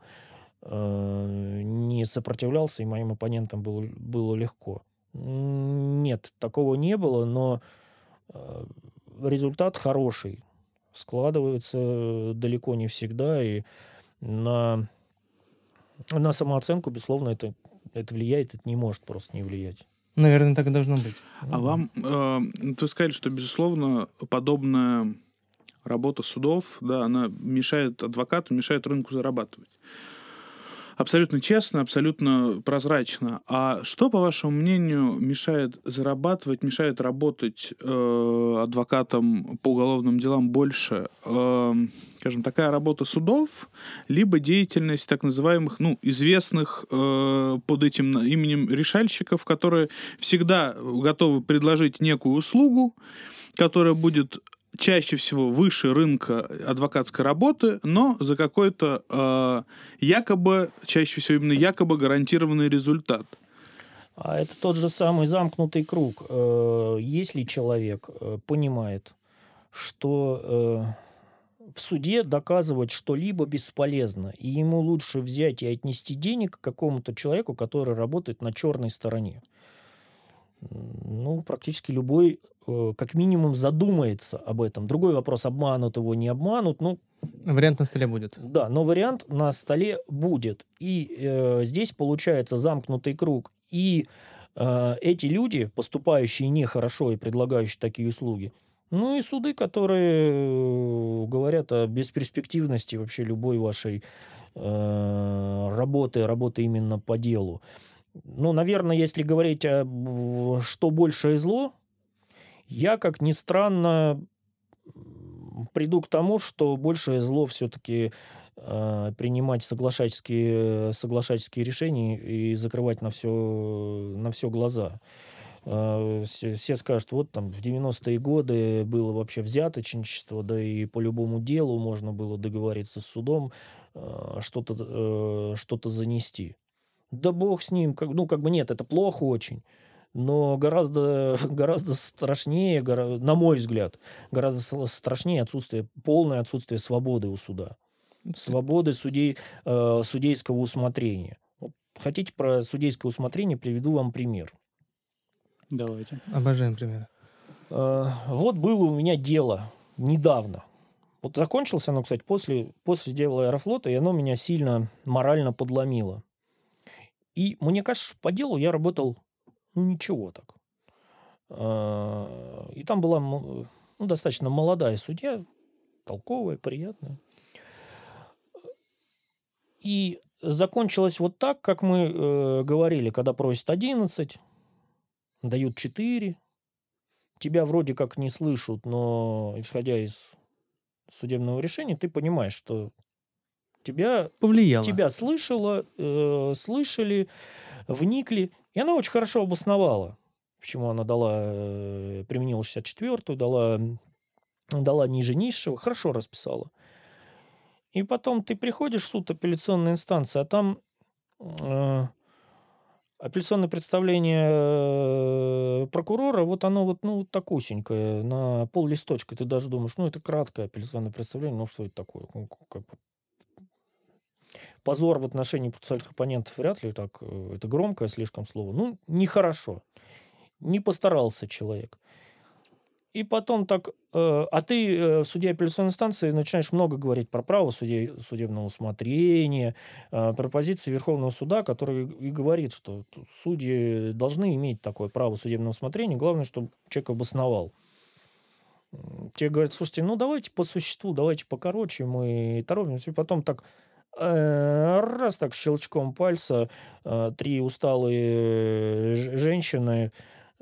не сопротивлялся, и моим оппонентам было легко. Нет, такого не было, но результат хороший. Складывается далеко не всегда, и на самооценку, безусловно, это влияет, это не может просто не влиять. Наверное, так и должно быть. А вам, вы сказали, что, безусловно, подобная работа судов, да, она мешает адвокату, мешает рынку зарабатывать. Абсолютно честно, абсолютно прозрачно. А что, по вашему мнению, мешает зарабатывать, мешает работать адвокатам по уголовным делам больше? Скажем, такая работа судов, либо деятельность так называемых, известных под этим именем решальщиков, которые всегда готовы предложить некую услугу, которая будет чаще всего выше рынка адвокатской работы, но за какой-то чаще всего именно якобы гарантированный результат. А это тот же самый замкнутый круг. Если человек понимает, что в суде доказывать что-либо бесполезно, и ему лучше взять и отнести денег какому-то человеку, который работает на черной стороне. Практически любой как минимум задумается об этом. Другой вопрос, обманут его, не обманут. Вариант на столе будет. Да, но вариант на столе будет. И здесь получается замкнутый круг. И эти люди, поступающие нехорошо и предлагающие такие услуги, и суды, которые говорят о бесперспективности вообще любой вашей работы именно по делу. Наверное, если говорить что большее зло, я, как ни странно, приду к тому, что большее зло все-таки принимать соглашательские решения и закрывать на все глаза. Все скажут, вот там в 90-е годы было вообще взяточничество, да и по любому делу можно было договориться с судом, что-то занести. Да бог с ним, нет, это плохо очень. Но гораздо страшнее, на мой взгляд, гораздо страшнее полное отсутствие свободы у суда. Свободы судейского усмотрения. Вот хотите про судейское усмотрение, приведу вам пример. Давайте. Обожаем примеры. Вот было у меня дело недавно. Вот закончилось оно, кстати, после дела Аэрофлота, и оно меня сильно морально подломило. И мне кажется, что по делу я работал, ничего так. И там была достаточно молодая судья, толковая, приятная. И закончилось вот так, как мы говорили, когда просят 11, дают 4, тебя вроде как не слышат, но исходя из судебного решения, ты понимаешь, что Повлияло. тебя слышали, вникли, и она очень хорошо обосновала, почему она применила 64-ю, дала ниже низшего, хорошо расписала. И потом ты приходишь в суд апелляционной инстанции, а там апелляционное представление прокурора, вот оно такусенькое, на пол листочка. Ты даже думаешь, это краткое апелляционное представление, что это такое? Позор в отношении процессуальных оппонентов вряд ли так. Это громкое слишком слово. Нехорошо. Не постарался человек. И потом так... А ты в суде апелляционной инстанции начинаешь много говорить про право судебного усмотрения, про позиции Верховного суда, который и говорит, что судьи должны иметь такое право судебного усмотрения. Главное, чтобы человек обосновал. Тебе говорят, слушайте, давайте по существу, давайте покороче, мы торопимся. И потом так... раз так щелчком пальца 3 усталые женщины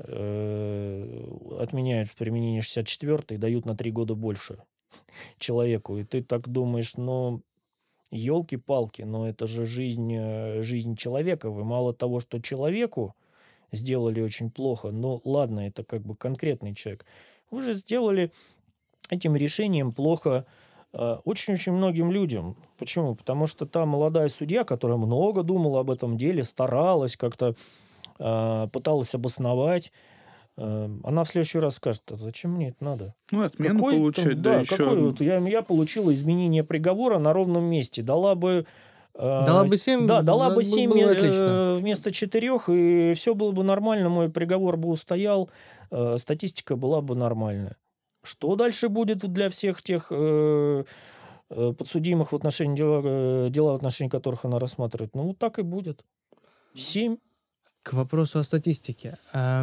отменяют применение 64-й и дают на 3 года больше человеку. И ты так думаешь, елки-палки, но это же жизнь человека. Вы мало того, что человеку сделали очень плохо, ладно, это как бы конкретный человек. Вы же сделали этим решением плохо очень-очень многим людям. Почему? Потому что та молодая судья, которая много думала об этом деле, старалась как-то, пыталась обосновать, она в следующий раз скажет, а зачем мне это надо? Отмену получать, да, еще... Я получила изменение приговора на ровном месте. Дала бы 7, дала бы 7 отлично. вместо 4, и все было бы нормально, мой приговор бы устоял, статистика была бы нормальная. Что дальше будет для всех тех подсудимых в отношении дела в отношении которых она рассматривает? Так и будет. 7. К вопросу о статистике.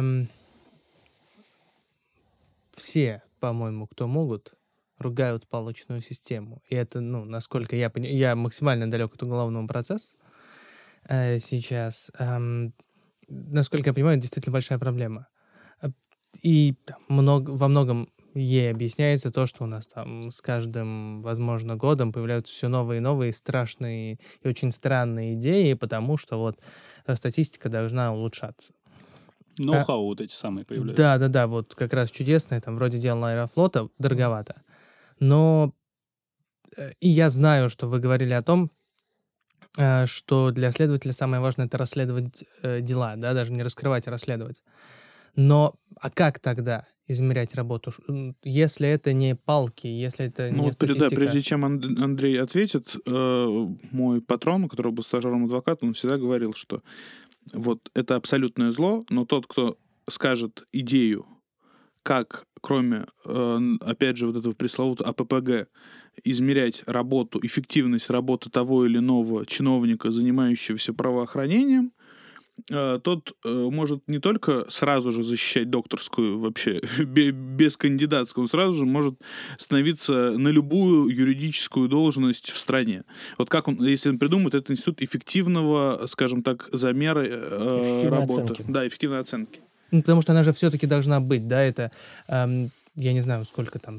Все, по-моему, кто могут, ругают палочную систему. И это, насколько я понимаю, я максимально далек от уголовного процесса сейчас. Насколько я понимаю, это действительно большая проблема. И во многом ей объясняется то, что у нас там с каждым, возможно, годом появляются все новые и новые страшные и очень странные идеи, потому что статистика должна улучшаться. Ноу-хау вот эти самые появляются. Да, вот как раз чудесное, там вроде дела Аэрофлота, дороговато. Но и я знаю, что вы говорили о том, что для следователя самое важное — это расследовать дела, да, даже не раскрывать, а расследовать. Но а как тогда измерять работу, если это не палки, если это не статистика? Прежде чем Андрей ответит, мой патрон, у которого был стажером-адвокатом, он всегда говорил, что это абсолютное зло, но тот, кто скажет идею, как, кроме, опять же, этого пресловутого АППГ, измерять работу, эффективность работы того или иного чиновника, занимающегося правоохранением, тот может не только сразу же защищать докторскую вообще, без кандидатскую, он сразу же может становиться на любую юридическую должность в стране. Как если он придумает этот институт эффективного, скажем так, замера работы. Оценки. Да, эффективной оценки. Потому что она же все-таки должна быть, да, это, я не знаю, сколько там,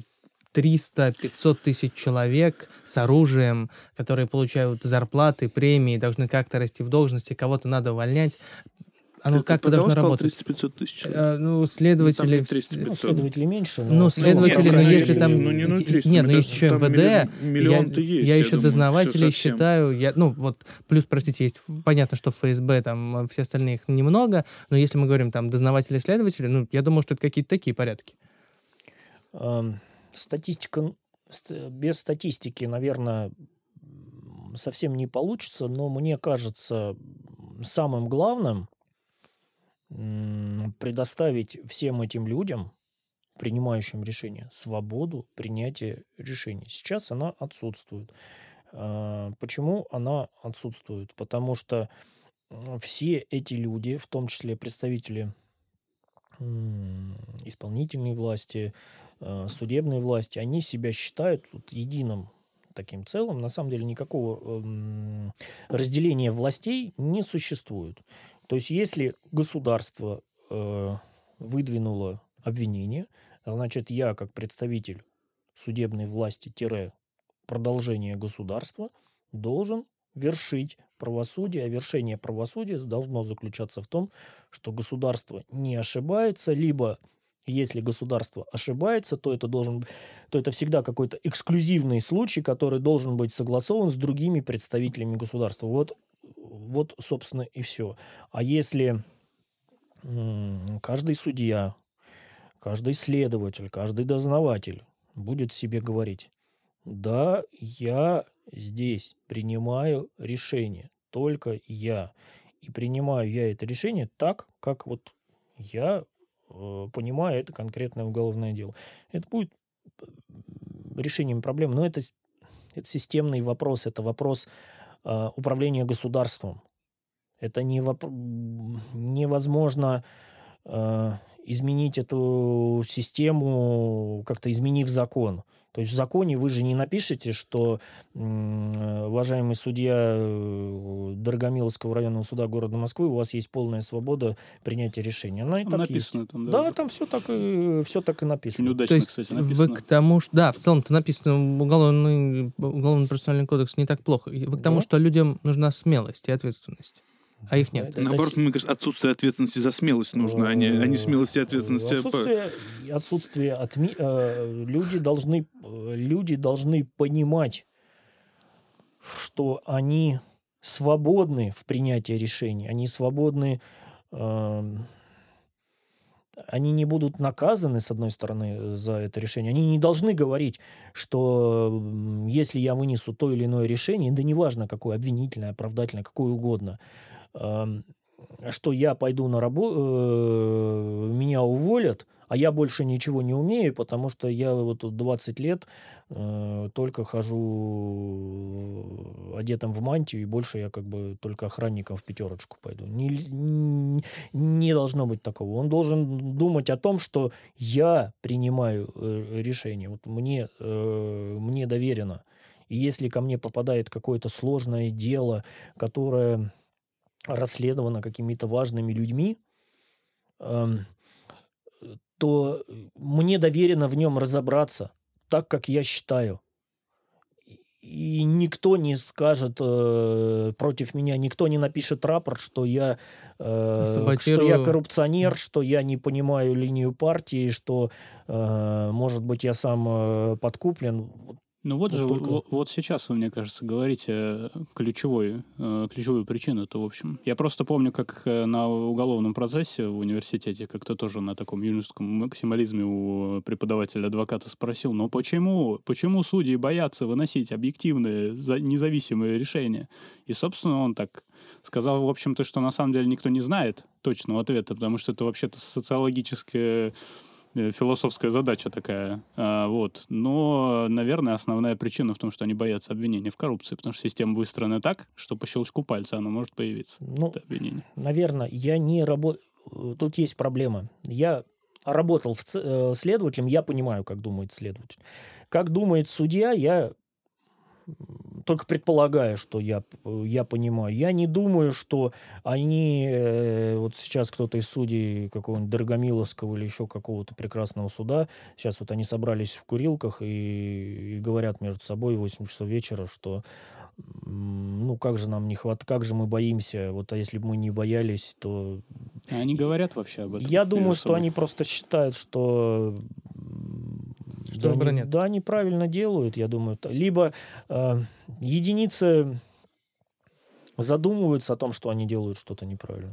300-500 тысяч человек с оружием, которые получают зарплаты, премии, должны как-то расти в должности, кого-то надо увольнять. Оно как-то должно работать. 300-500 тысяч. Следователи... следователи меньше, но... следователи, но если там... Нет, но есть еще МВД. Миллион-то есть. Я еще дознавателей считаю. Плюс, простите, есть понятно, что ФСБ, там, все остальные их немного, но если мы говорим там дознаватели, следователи, я думаю, что это какие-то такие порядки. Статистика... Без статистики, наверное, совсем не получится, но мне кажется, самым главным предоставить всем этим людям, принимающим решения, свободу принятия решений. Сейчас она отсутствует. Почему она отсутствует? Потому что все эти люди, в том числе представители исполнительной власти, судебной власти, они себя считают единым таким целым. На самом деле никакого разделения властей не существует. То есть если государство выдвинуло обвинение, значит, я, как представитель судебной власти – продолжение государства, должен вершить правосудие. А вершение правосудия должно заключаться в том, что государство не ошибается, либо если государство ошибается, то это всегда какой-то эксклюзивный случай, который должен быть согласован с другими представителями государства. Вот, собственно, и все. А если каждый судья, каждый следователь, каждый дознаватель будет себе говорить: да, я здесь принимаю решение, только я. И принимаю я это решение так, как вот я понимаю это конкретное уголовное дело. Это будет решением проблем, но это системный вопрос, это вопрос управления государством. Это невозможно изменить эту систему, как-то изменив закон. То есть в законе вы же не напишете, что уважаемый судья Дорогомиловского районного суда города Москвы, у вас есть полная свобода принятия решения. Она и там так написано есть. там, да, там все так и написано. Очень удачно, То есть кстати, написано. вы к тому, что... Да, в целом-то написано, уголовно-процессуальный кодекс не так плохо. Вы к тому, что людям нужна смелость и ответственность. А их нет. Наоборот, мне кажется, отсутствие ответственности за смелость нужно, а не смелость и ответственность. Люди должны понимать, что они свободны в принятии решений, они свободны, они не будут наказаны, с одной стороны, за это решение. Они не должны говорить, что если я вынесу то или иное решение, да неважно, какое, обвинительное, оправдательное, какое угодно, что я пойду на работу, меня уволят, а я больше ничего не умею, потому что я вот 20 лет только хожу одетым в мантию, и больше я как бы только охранником в пятерочку пойду. Не должно быть такого. Он должен думать о том, что я принимаю решение. Вот мне доверено. И если ко мне попадает какое-то сложное дело, которое расследовано какими-то важными людьми, то мне доверено в нем разобраться так, как я считаю. И никто не скажет против меня, никто не напишет рапорт, что я коррупционер, что я не понимаю линию партии, что, может быть, я сам подкуплен. Ну вот же, вот сейчас вы, мне кажется, говорите ключевую причину-то, в общем. Я просто помню, как на уголовном процессе в университете как-то тоже на таком юношеском максимализме у преподавателя-адвоката спросил, но почему судьи боятся выносить объективные, независимые решения? И, собственно, он так сказал, в общем-то, что на самом деле никто не знает точного ответа, потому что это вообще-то социологическая философская задача такая. Но, наверное, основная причина в том, что они боятся обвинения в коррупции, потому что система выстроена так, что по щелчку пальца оно может появиться. Это обвинение. Наверное, я не работаю... Тут есть проблема. Я работал следователем, я понимаю, как думает следователь. Как думает судья, я только предполагаю, что я понимаю. Я не думаю, что они, вот сейчас кто-то из судей какого-нибудь Дорогомиловского или еще какого-то прекрасного суда, сейчас вот они собрались в курилках и говорят между собой в 8 часов вечера, что ну, как же нам не хватает, как же мы боимся, вот, а если бы мы не боялись, то... Они говорят вообще об этом? Я думаю, между что собой? они просто считают, что... Что бронят. Да, они правильно делают, я думаю. Либо единицы задумываются о том, что они делают что-то неправильно.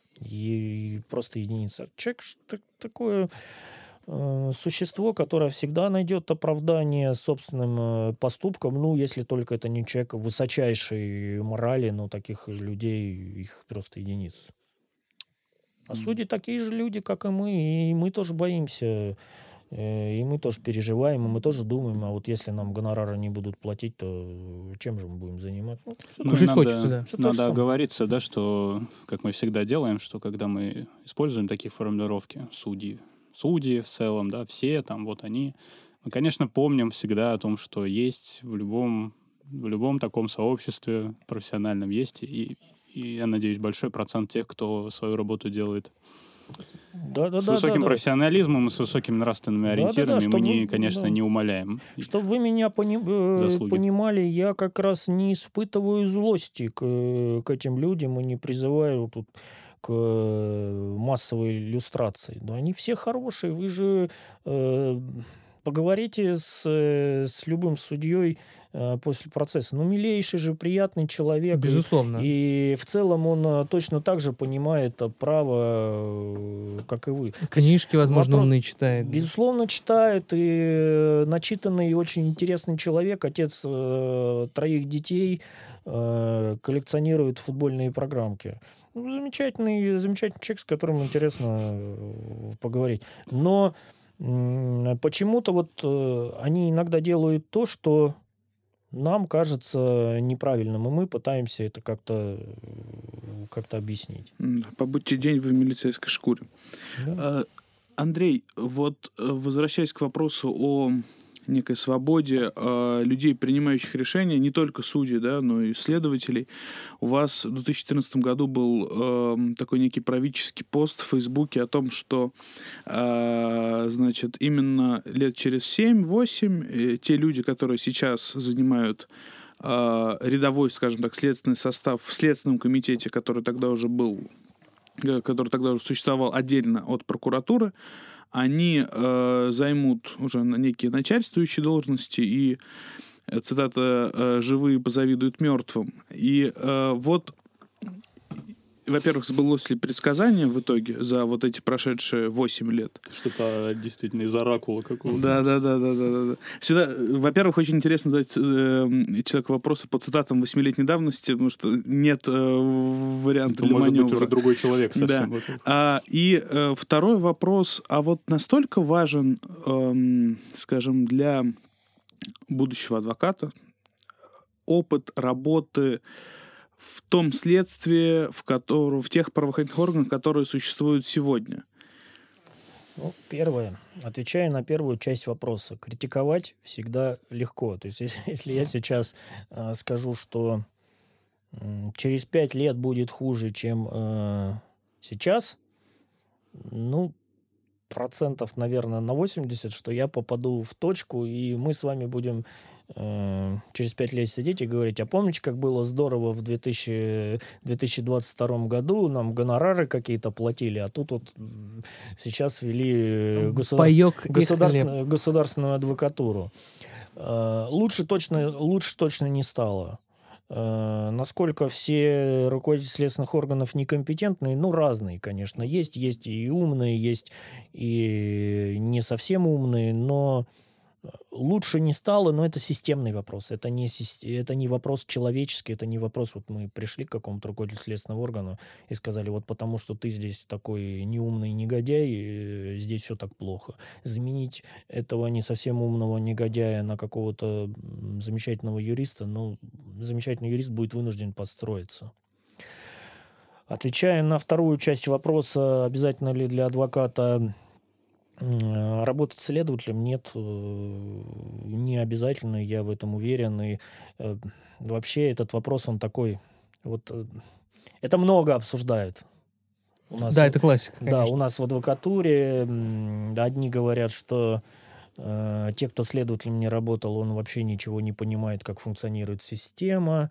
И просто единица. Человек такое существо, которое всегда найдет оправдание собственным поступкам, ну, если только это не человек высочайшей морали, но таких людей, их просто единиц. А судьи такие же люди, как и мы тоже боимся, и мы тоже переживаем, и мы тоже думаем, а вот если нам гонорары не будут платить, то чем же мы будем заниматься? Ну, Кушать надо, хочется, да. Всё то же Надо самое. оговориться, да, что, как мы всегда делаем, что когда мы используем такие формулировки, судьи в целом, да, все там, вот они, мы, конечно, помним всегда о том, что есть в любом таком сообществе профессиональном есть, и я надеюсь, большой процент тех, кто свою работу делает с высоким профессионализмом и с высокими нравственными ориентирами, мы, конечно, не умаляем. Чтобы вы меня заслуги. понимали, я как раз не испытываю злости к этим людям и не призываю тут к массовой иллюстрации. Да, они все хорошие. Вы же поговорите с любым судьей после процесса. Ну, милейший же, приятный человек. Безусловно. И в целом он точно так же понимает право, как и вы. Книжки, возможно, вопрос- умные читает. Безусловно, читает. И начитанный и очень интересный человек, отец 3 детей, коллекционирует футбольные программки. Ну, замечательный человек, с которым интересно поговорить. Но почему-то вот они иногда делают то, что нам кажется неправильным, и мы пытаемся это как-то объяснить. Побудьте день в милицейской шкуре. Да. Андрей, вот возвращаясь к вопросу о некой свободе людей, принимающих решения, не только судей, да, но и следователей. У вас в 2014 году был такой некий правительский пост в Фейсбуке о том, что, значит, именно лет через 7-8 те люди, которые сейчас занимают рядовой, скажем так, следственный состав в Следственном комитете, который тогда уже существовал отдельно от прокуратуры, они займут уже некие начальствующие должности, и, цитата, «живые позавидуют мертвым». И вот, во-первых, сбылось ли предсказание в итоге за вот эти прошедшие 8 лет? Что-то действительно из оракула какого-то. Да. Всегда, во-первых, очень интересно задать человеку вопросы по цитатам 8-летней давности, потому что нет варианта для Может маневра. быть, уже другой человек совсем. Да. И второй вопрос. А вот настолько важен, скажем, для будущего адвоката опыт работы в том следствии, в тех правоохранительных органах, которые существуют сегодня? Ну, первое. Отвечая на первую часть вопроса. Критиковать всегда легко. То есть, если я сейчас скажу, что через 5 лет будет хуже, чем сейчас, ну, процентов, наверное, на 80, что я попаду в точку, и мы с вами будем через 5 лет сидеть и говорить, а помните, как было здорово в 2022 году, нам гонорары какие-то платили, а тут вот сейчас ввели Паёк и государственную адвокатуру. Лучше точно не стало. Насколько все руководители следственных органов некомпетентные, ну, разные, конечно. Есть и умные, есть и не совсем умные, но лучше не стало, но это системный вопрос. Это не вопрос человеческий, это не вопрос, вот мы пришли к какому-то руководителю следственного органа и сказали, вот потому что ты здесь такой неумный негодяй, здесь все так плохо. Заменить этого не совсем умного негодяя на какого-то замечательного юриста, ну, замечательный юрист будет вынужден подстроиться. Отвечая на вторую часть вопроса, обязательно ли для адвоката Работать следователем нет, не обязательно, я в этом уверен. И вообще этот вопрос, он такой, вот это много обсуждают. У нас, Да, это классика, да, конечно. у нас в адвокатуре одни говорят, что те, кто следователем не работал, он вообще ничего не понимает, как функционирует система.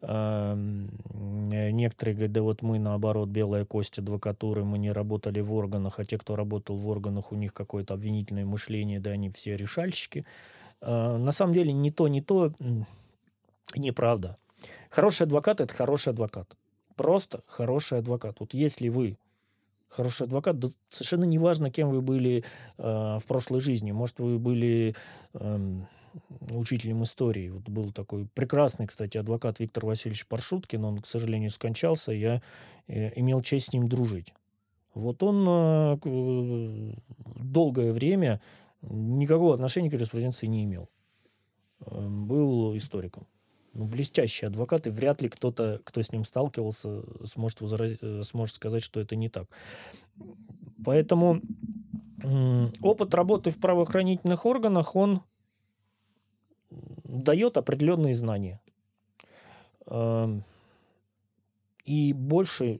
Некоторые говорят, да вот мы, наоборот, белая кость адвокатуры, мы не работали в органах, а те, кто работал в органах, у них какое-то обвинительное мышление, да, они все решальщики. На самом деле ни то, неправда. Хороший адвокат – это хороший адвокат. Просто хороший адвокат. Вот если вы хороший адвокат, да совершенно неважно, кем вы были в прошлой жизни. Может, вы были учителем истории. Вот был такой прекрасный, кстати, адвокат Виктор Васильевич Паршуткин. Он, к сожалению, скончался. Я имел честь с ним дружить. Вот он долгое время никакого отношения к юриспруденции не имел. Был историком. Ну, блестящий адвокат, и вряд ли кто-то, кто с ним сталкивался, сможет сказать, что это не так. Поэтому опыт работы в правоохранительных органах, он дает определенные знания. И больше,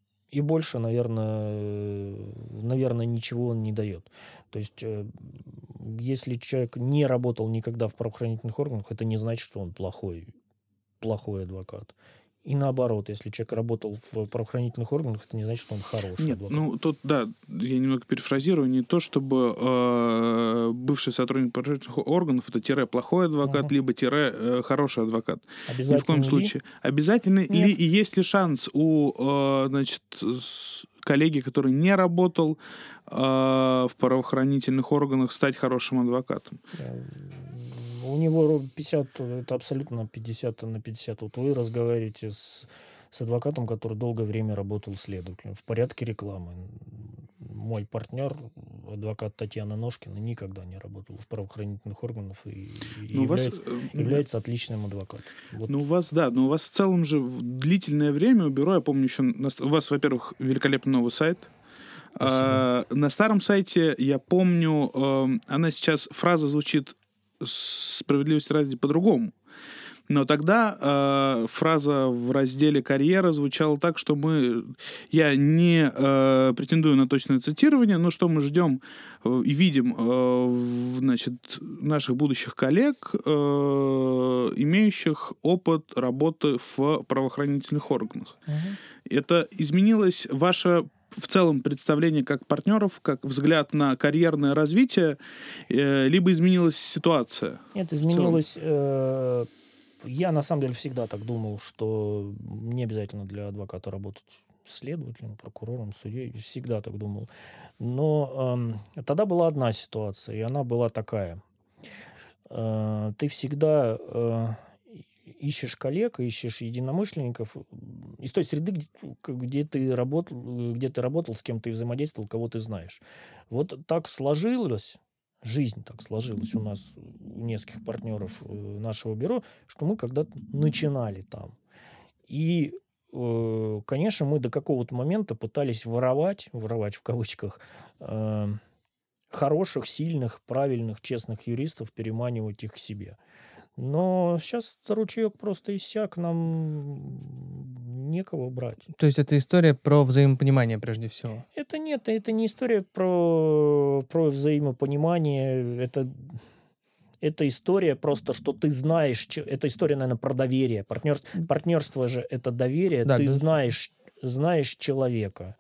наверное, ничего он не дает. То есть, если человек не работал никогда в правоохранительных органах, это не значит, что он плохой адвокат. И наоборот, если человек работал в правоохранительных органах, это не значит, что он хороший Нет, адвокат. ну тут, да, я немного перефразирую, не то, чтобы бывший сотрудник правоохранительных органов это тире плохой адвокат, либо тире хороший адвокат. Ни в коем случае. Обязательно ли и есть ли шанс у, значит, коллеги, который не работал в правоохранительных органах, стать хорошим адвокатом? У него 50, это абсолютно 50 на 50. Вот вы разговариваете с адвокатом, который долгое время работал следователем в порядке рекламы. Мой партнер, адвокат Татьяна Ножкина, никогда не работал в правоохранительных органах и является отличным адвокатом. Вот. Ну, у вас в целом же длительное время у бюро, я помню еще, у вас, во-первых, великолепный новый сайт. На старом сайте, я помню, она сейчас, фраза звучит справедливости ради по-другому. Но тогда фраза в разделе «Карьера» звучала так, что я не претендую на точное цитирование, но что мы ждем и видим, значит, наших будущих коллег, имеющих опыт работы в правоохранительных органах. Это изменилось ваше в целом представление как партнеров, как взгляд на карьерное развитие, либо изменилась ситуация? Нет, изменилось. Я, на самом деле, всегда так думал, что не обязательно для адвоката работать следователем, прокурором, судьей. Всегда так думал. Но тогда была одна ситуация, и она была такая. Ты всегда ищешь коллег, ищешь единомышленников из той среды, где ты работал, с кем ты взаимодействовал, кого ты знаешь. Вот так сложилось, жизнь так сложилась у нас, у нескольких партнеров нашего бюро, что мы когда-то начинали там. И, конечно, мы до какого-то момента пытались воровать в кавычках, хороших, сильных, правильных, честных юристов, переманивать их к себе. Но сейчас ручеек просто иссяк, нам некого брать. То есть это история про взаимопонимание прежде всего? Это не история про взаимопонимание, это история просто, что ты знаешь, это история, наверное, про доверие. Партнерство же это доверие, да, ты знаешь человека,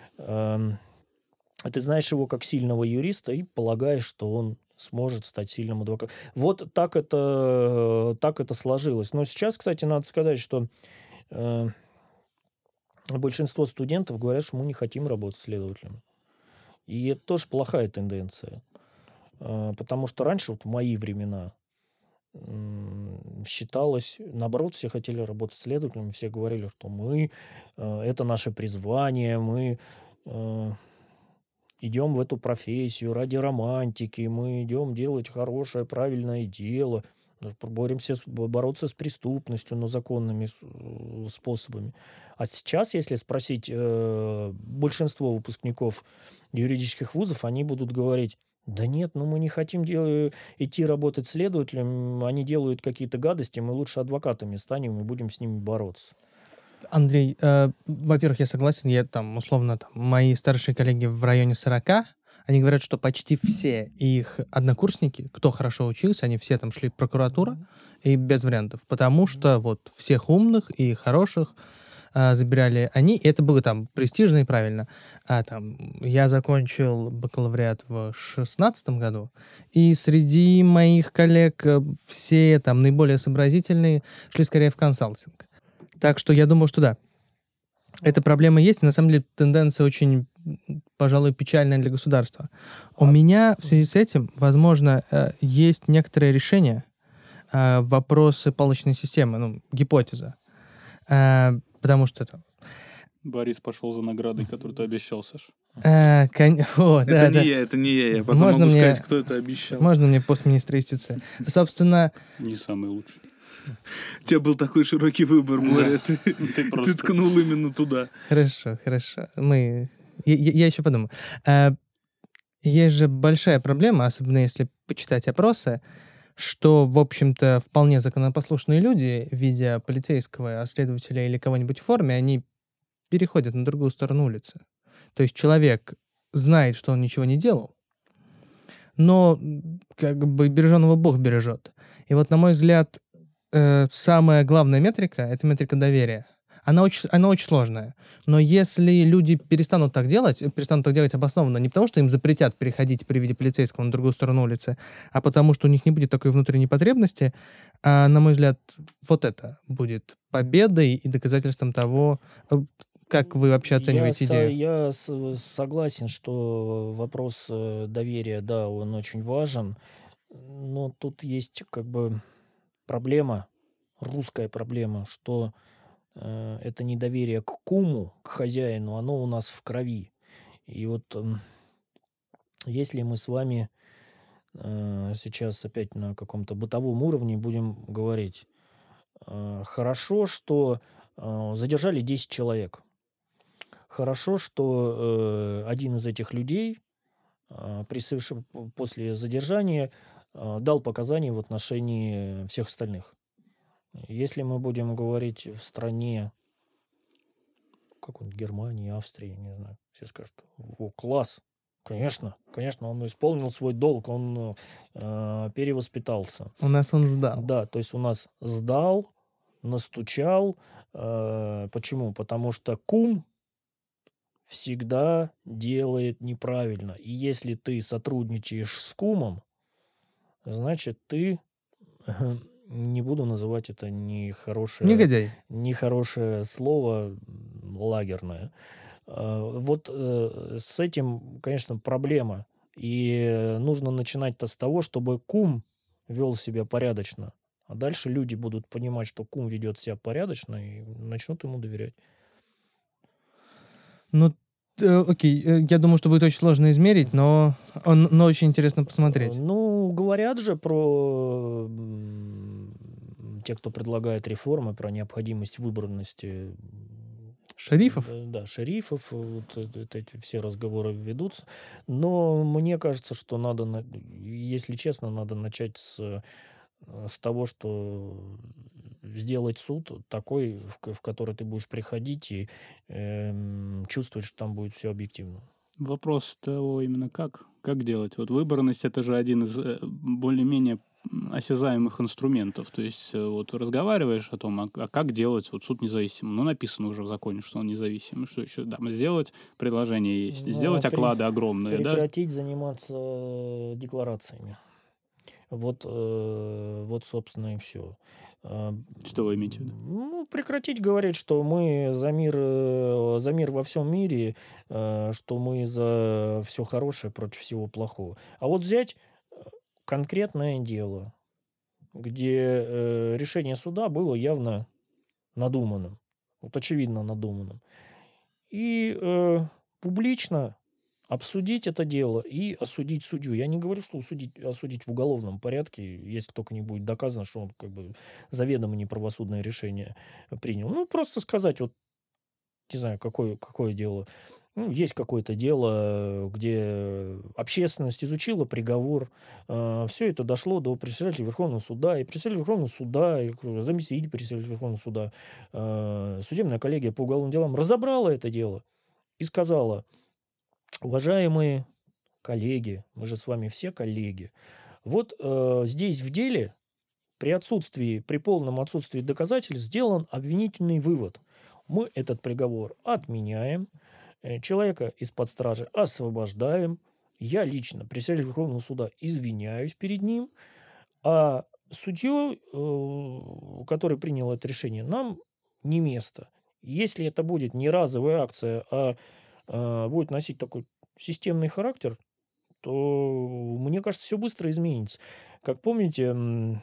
ты знаешь его как сильного юриста и полагаешь, что он сможет стать сильным адвокатом. Вот так это сложилось. Но сейчас, кстати, надо сказать, что большинство студентов говорят, что мы не хотим работать следователем. И это тоже плохая тенденция. Потому что раньше, вот в мои времена, считалось, наоборот, все хотели работать следователем, все говорили, что это наше призвание, мы идем в эту профессию ради романтики, мы идем делать хорошее, правильное дело. Боремся, бороться с преступностью, но законными способами. А сейчас, если спросить большинство выпускников юридических вузов, они будут говорить: да нет, ну мы не хотим идти работать следователем, они делают какие-то гадости, мы лучше адвокатами станем и будем с ними бороться. Андрей, во-первых, я согласен, я там, условно, мои старшие коллеги в районе 40, они говорят, что почти все их однокурсники, кто хорошо учился, они все там шли в прокуратуру, и без вариантов, потому что вот всех умных и хороших забирали они, и это было там престижно и правильно. Я закончил бакалавриат в 16 году, и среди моих коллег все там наиболее сообразительные шли скорее в консалтинг. Так что я думаю, что да, эта проблема есть, и на самом деле тенденция очень, пожалуй, печальная для государства. У меня в связи с этим, возможно, есть некоторые решения вопросы палочной системы, гипотеза. Потому что это... Борис пошел за наградой, которую ты обещал, Саш. Это не я. Я потом могу сказать, кто это обещал. Можно мне постминистра юстиции? Собственно... Не самый лучший. У тебя был такой широкий выбор, Боря. Ты ткнул именно туда. Хорошо. Я еще подумаю. Есть же большая проблема, особенно если почитать опросы, что, в общем-то, вполне законопослушные люди, видя полицейского, следователя или кого-нибудь в форме, они переходят на другую сторону улицы. То есть человек знает, что он ничего не делал, но как бы береженого Бог бережет. И вот, на мой взгляд, самая главная метрика — это метрика доверия. Она очень сложная. Но если люди перестанут так делать обоснованно, не потому, что им запретят переходить при виде полицейского на другую сторону улицы, а потому, что у них не будет такой внутренней потребности, на мой взгляд, вот это будет победой и доказательством того, как вы вообще оцениваете идею. Я согласен, что вопрос доверия, да, он очень важен, но тут есть как бы проблема, русская проблема, что это недоверие к куму, к хозяину, оно у нас в крови. И вот если мы с вами сейчас опять на каком-то бытовом уровне будем говорить, хорошо, что задержали 10 человек. Хорошо, что один из этих людей после задержания дал показания в отношении всех остальных. Если мы будем говорить в стране какой-нибудь Германии, Австрии, не знаю, все скажут: о, класс, конечно, он исполнил свой долг, он перевоспитался. У нас он сдал. Да, то есть у нас сдал, настучал. Почему? Потому что кум всегда делает неправильно. И если ты сотрудничаешь с кумом, значит, ты... Не буду называть это негодяй. Нехорошее слово, лагерное. Вот с этим, конечно, проблема. И нужно начинать-то с того, чтобы кум вел себя порядочно. А дальше люди будут понимать, что кум ведет себя порядочно, и начнут ему доверять. Окей, я думаю, что будет очень сложно измерить, но очень интересно посмотреть. Говорят же про те, кто предлагает реформы, про необходимость выборности шерифов. Да, шерифов, вот эти все разговоры ведутся. Но мне кажется, что надо, если честно, надо начать с того, что сделать суд такой, в который ты будешь приходить и чувствовать, что там будет все объективно. Вопрос того именно как делать. Вот выборность — это же один из более-менее осязаемых инструментов. То есть вот разговариваешь о том, а как делать вот суд независимым. написано уже в законе, что он независимый. Что еще? Да, сделать предложение есть. Сделать оклады огромные. Прекратить заниматься декларациями. Вот, собственно, и все. Что вы имеете в виду? Прекратить говорить, что мы за мир во всем мире, что мы за все хорошее против всего плохого. А вот взять конкретное дело, где решение суда было явно очевидно надуманным. И публично обсудить это дело и осудить судью. Я не говорю, что осудить в уголовном порядке, если только не будет доказано, что он как бы заведомо неправосудное решение принял. Ну, просто сказать, вот, не знаю, какое дело. Ну, есть какое-то дело, где общественность изучила приговор, все это дошло до председателя Верховного суда, и председатель Верховного суда, и заместитель председателя Верховного суда, судебная коллегия по уголовным делам разобрала это дело и сказала: уважаемые коллеги, мы же с вами все коллеги, вот здесь в деле при полном отсутствии доказательств сделан обвинительный вывод. Мы этот приговор отменяем, человека из-под стражи освобождаем. Я лично, председатель Верховного суда, извиняюсь перед ним. А судьей, который принял это решение, нам не место. Если это будет не разовая акция, а будет носить такой системный характер, то, мне кажется, все быстро изменится. Как помните,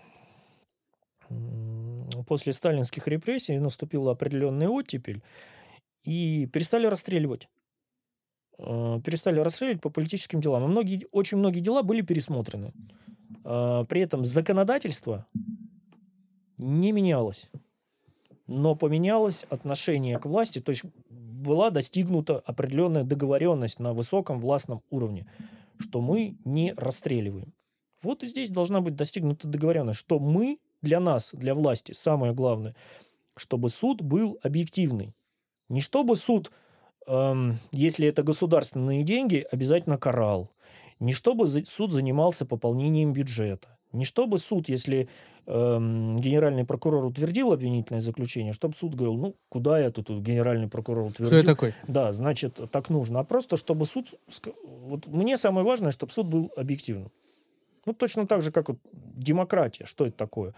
после сталинских репрессий наступила определенная оттепель, и перестали расстреливать. Перестали расстреливать по политическим делам. И очень многие дела были пересмотрены. При этом законодательство не менялось. Но поменялось отношение к власти, то есть была достигнута определенная договоренность на высоком властном уровне, что мы не расстреливаем. Вот и здесь должна быть достигнута договоренность, что мы, для нас, для власти, самое главное, чтобы суд был объективный. Не чтобы суд, если это государственные деньги, обязательно карал. Не чтобы суд занимался пополнением бюджета. Не чтобы суд, если генеральный прокурор утвердил обвинительное заключение, чтобы суд говорил, ну, куда я тут генеральный прокурор утвердил? Кто я такой? Да, значит, так нужно. А просто, чтобы суд... Вот мне самое важное, чтобы суд был объективным. Ну, точно так же, как вот демократия. Что это такое?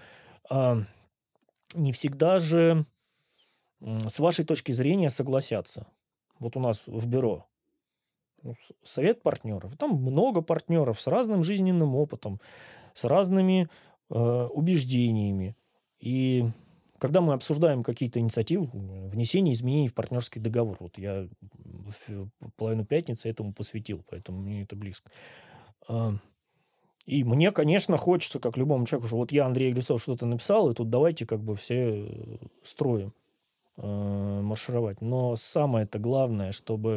Не всегда же с вашей точки зрения согласятся. Вот у нас в бюро совет партнеров. Там много партнеров с разным жизненным опытом, с разными убеждениями. И когда мы обсуждаем какие-то инициативы, внесение изменений в партнерский договор, вот я половину пятницы этому посвятил, поэтому мне это близко. И мне, конечно, хочется, как любому человеку, что вот я, Андрей Глецов, что-то написал, и тут давайте как бы все строим маршировать. Но самое-то главное, чтобы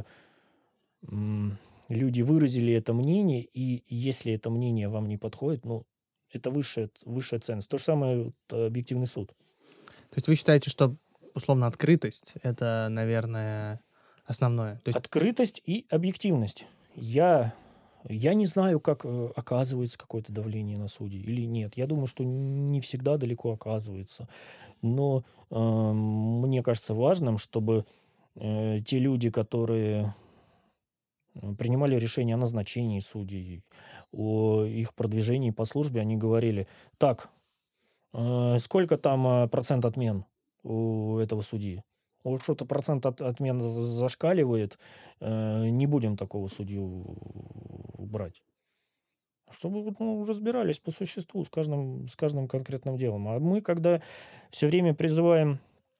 люди выразили это мнение, и если это мнение вам не подходит, ну, это высшая ценность. То же самое объективный суд. То есть вы считаете, что, условно, открытость — это, наверное, основное? То есть... Открытость и объективность. Я не знаю, как оказывается какое-то давление на судей или нет. Я думаю, что не всегда далеко оказывается. Но мне кажется важным, чтобы те люди, которые принимали решение о назначении судей, о их продвижении по службе, они говорили: так, сколько там процент отмен у этого судьи? Вот что-то процент отмен зашкаливает, не будем такого судью брать. Чтобы разбирались по существу с каждым конкретным делом. А мы, когда все время призываем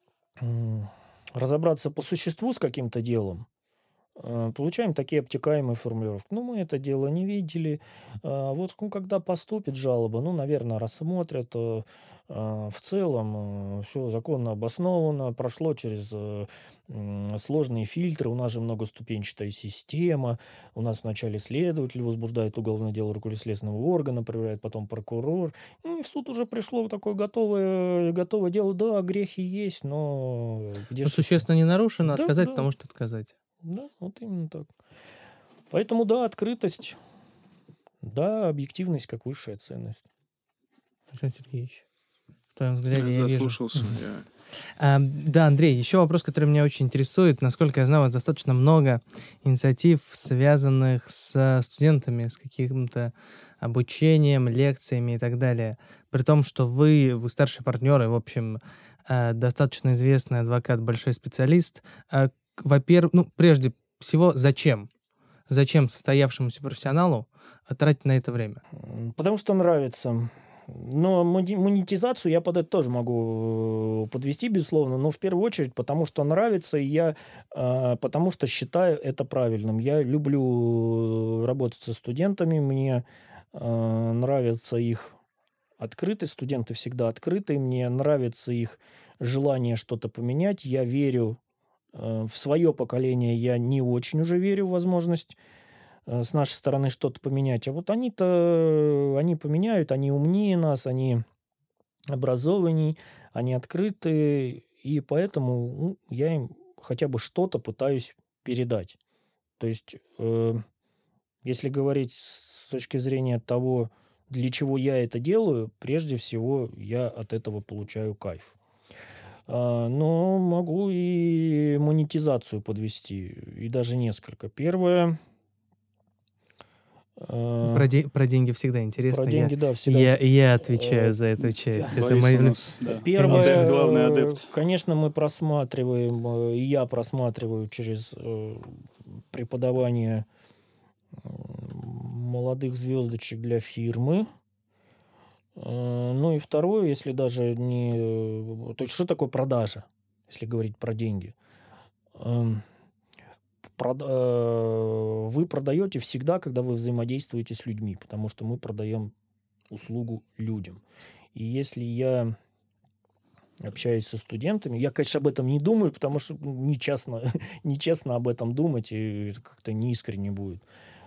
разобраться по существу с каким-то делом, получаем такие обтекаемые формулировки. Ну, мы это дело не видели. Вот когда поступит жалоба, ну, наверное, рассмотрят. В целом все законно обосновано, прошло через сложные фильтры. У нас же многоступенчатая система. У нас вначале следователь возбуждает уголовное дело, руководитель следственного органа, проверяет потом прокурор. Ну, и в суд уже пришло такое готовое дело. Да, грехи есть, но... существенно не нарушено, да, отказать, да. потому что отказать. Да, вот именно так. Поэтому, да, открытость, да, объективность как высшая ценность. Александр Сергеевич, в твоем взгляде я заслушался. вижу. Да, Андрей, еще вопрос, который меня очень интересует. Насколько я знаю, у вас достаточно много инициатив, связанных с студентами, с каким-то обучением, лекциями и так далее. При том, что вы старший партнер и, в общем, достаточно известный адвокат, большой специалист. Во-первых, прежде всего, зачем? Зачем состоявшемуся профессионалу тратить на это время? Потому что нравится. Но монетизацию я под это тоже могу подвести, безусловно, но в первую очередь потому, что нравится, и я потому что считаю это правильным. Я люблю работать со студентами, мне нравится их открытость, студенты всегда открыты, мне нравится их желание что-то поменять, я верю в свое поколение, я не очень уже верю в возможность с нашей стороны что-то поменять. А вот они поменяют, они умнее нас, они образованней, они открыты, и поэтому я им хотя бы что-то пытаюсь передать. То есть, если говорить с точки зрения того, для чего я это делаю, прежде всего я от этого получаю кайф. Но могу и монетизацию подвести, и даже несколько. Первое, Про деньги всегда интересно. про деньги, да, всегда. Я отвечаю за эту часть. Это Борис мои у нас, да, Первое, главный адепт. конечно, мы просматриваем, и я просматриваю через преподавание молодых звездочек для фирмы. Ну и второе, если даже не... То есть, что такое продажа, если говорить про деньги? Вы продаете всегда, когда вы взаимодействуете с людьми, потому что мы продаем услугу людям. И если я общаюсь со студентами, я, конечно, об этом не думаю, потому что нечестно об этом думать, и это как-то неискренне будет.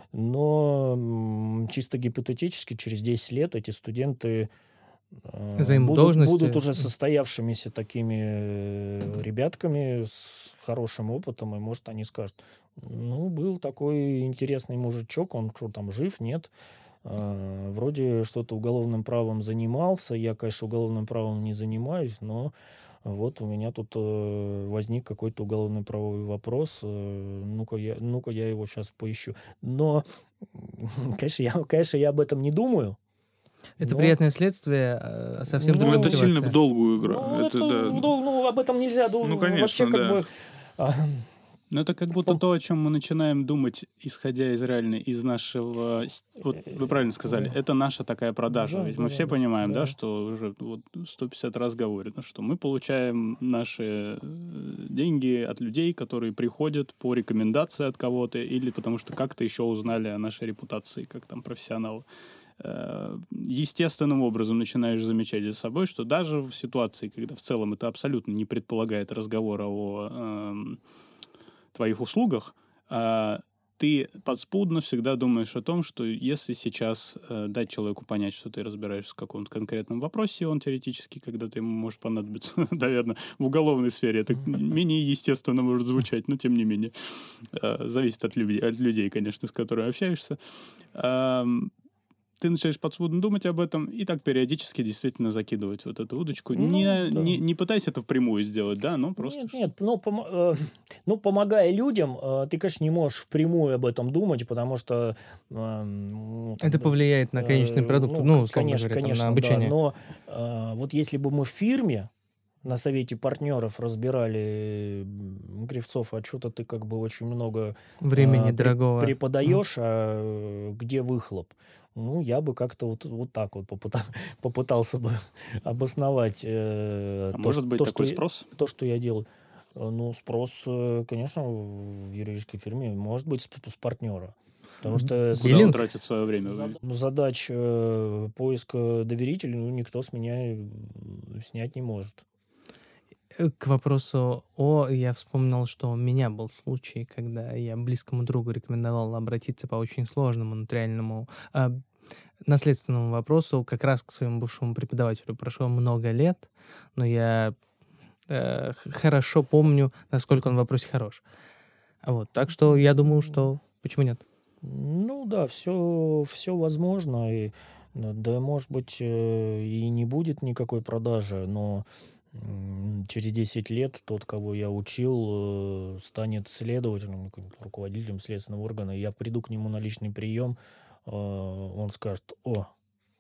Но чисто гипотетически через 10 лет эти студенты будут уже состоявшимися такими ребятками с хорошим опытом, и, может, они скажут, ну, был такой интересный мужичок, он что там, жив, нет? Вроде что-то уголовным правом занимался, я, конечно, уголовным правом не занимаюсь, но вот у меня тут возник какой-то уголовный правовой вопрос, ну-ка я его сейчас поищу. Но, конечно, я об этом не думаю. Это приятное следствие, совсем другая Это мотивация. сильно в долгую игра. Об этом нельзя думать. Ну, конечно, вообще, да. Но это как будто то, о чем мы начинаем думать, исходя из реальной, из нашего... Вот вы правильно сказали, это наша такая продажа. Ведь мы все понимаем, да, что уже вот 150 раз говорено, что мы получаем наши деньги от людей, которые приходят по рекомендации от кого-то или потому что как-то еще узнали о нашей репутации, как там профессионалы. Естественным образом начинаешь замечать за собой, что даже в ситуации, когда в целом это абсолютно не предполагает разговора о твоих услугах, ты подспудно всегда думаешь о том, что если сейчас дать человеку понять, что ты разбираешься в каком-то конкретном вопросе, он теоретически когда-то ему может понадобиться, наверное, в уголовной сфере. Это менее естественно может звучать, но тем не менее. Зависит от людей, конечно, с которыми общаешься. Ты начинаешь подспудно думать об этом и так периодически действительно закидывать вот эту удочку. Не пытайся это впрямую сделать, да, но просто... Нет, помогая людям, ты, конечно, не можешь впрямую об этом думать, потому что... это повлияет на конечный продукт, условно говоря, на обучение. Да, но вот если бы мы в фирме на совете партнеров разбирали Гривцов, а что-то ты как бы очень много времени дорогого преподаешь, а где выхлоп? Ну, я бы как-то вот так вот попытался бы обосновать может быть такой спрос? То, что я делаю. Ну, спрос, конечно, в юридической фирме может быть с партнера. Потому что куда он тратит свое время? Задач поиска доверителей никто с меня снять не может. К вопросу я вспомнил, что у меня был случай, когда я близкому другу рекомендовал обратиться по очень сложному нотариальному наследственному вопросу как раз к своему бывшему преподавателю. Прошло много лет, но я хорошо помню, насколько он в вопросе хорош. Вот, так что я думаю, что почему нет? Ну да, все возможно. И, да, может быть, и не будет никакой продажи, но через 10 лет тот, кого я учил, станет следователем, руководителем следственного органа. Я приду к нему на личный прием, он скажет: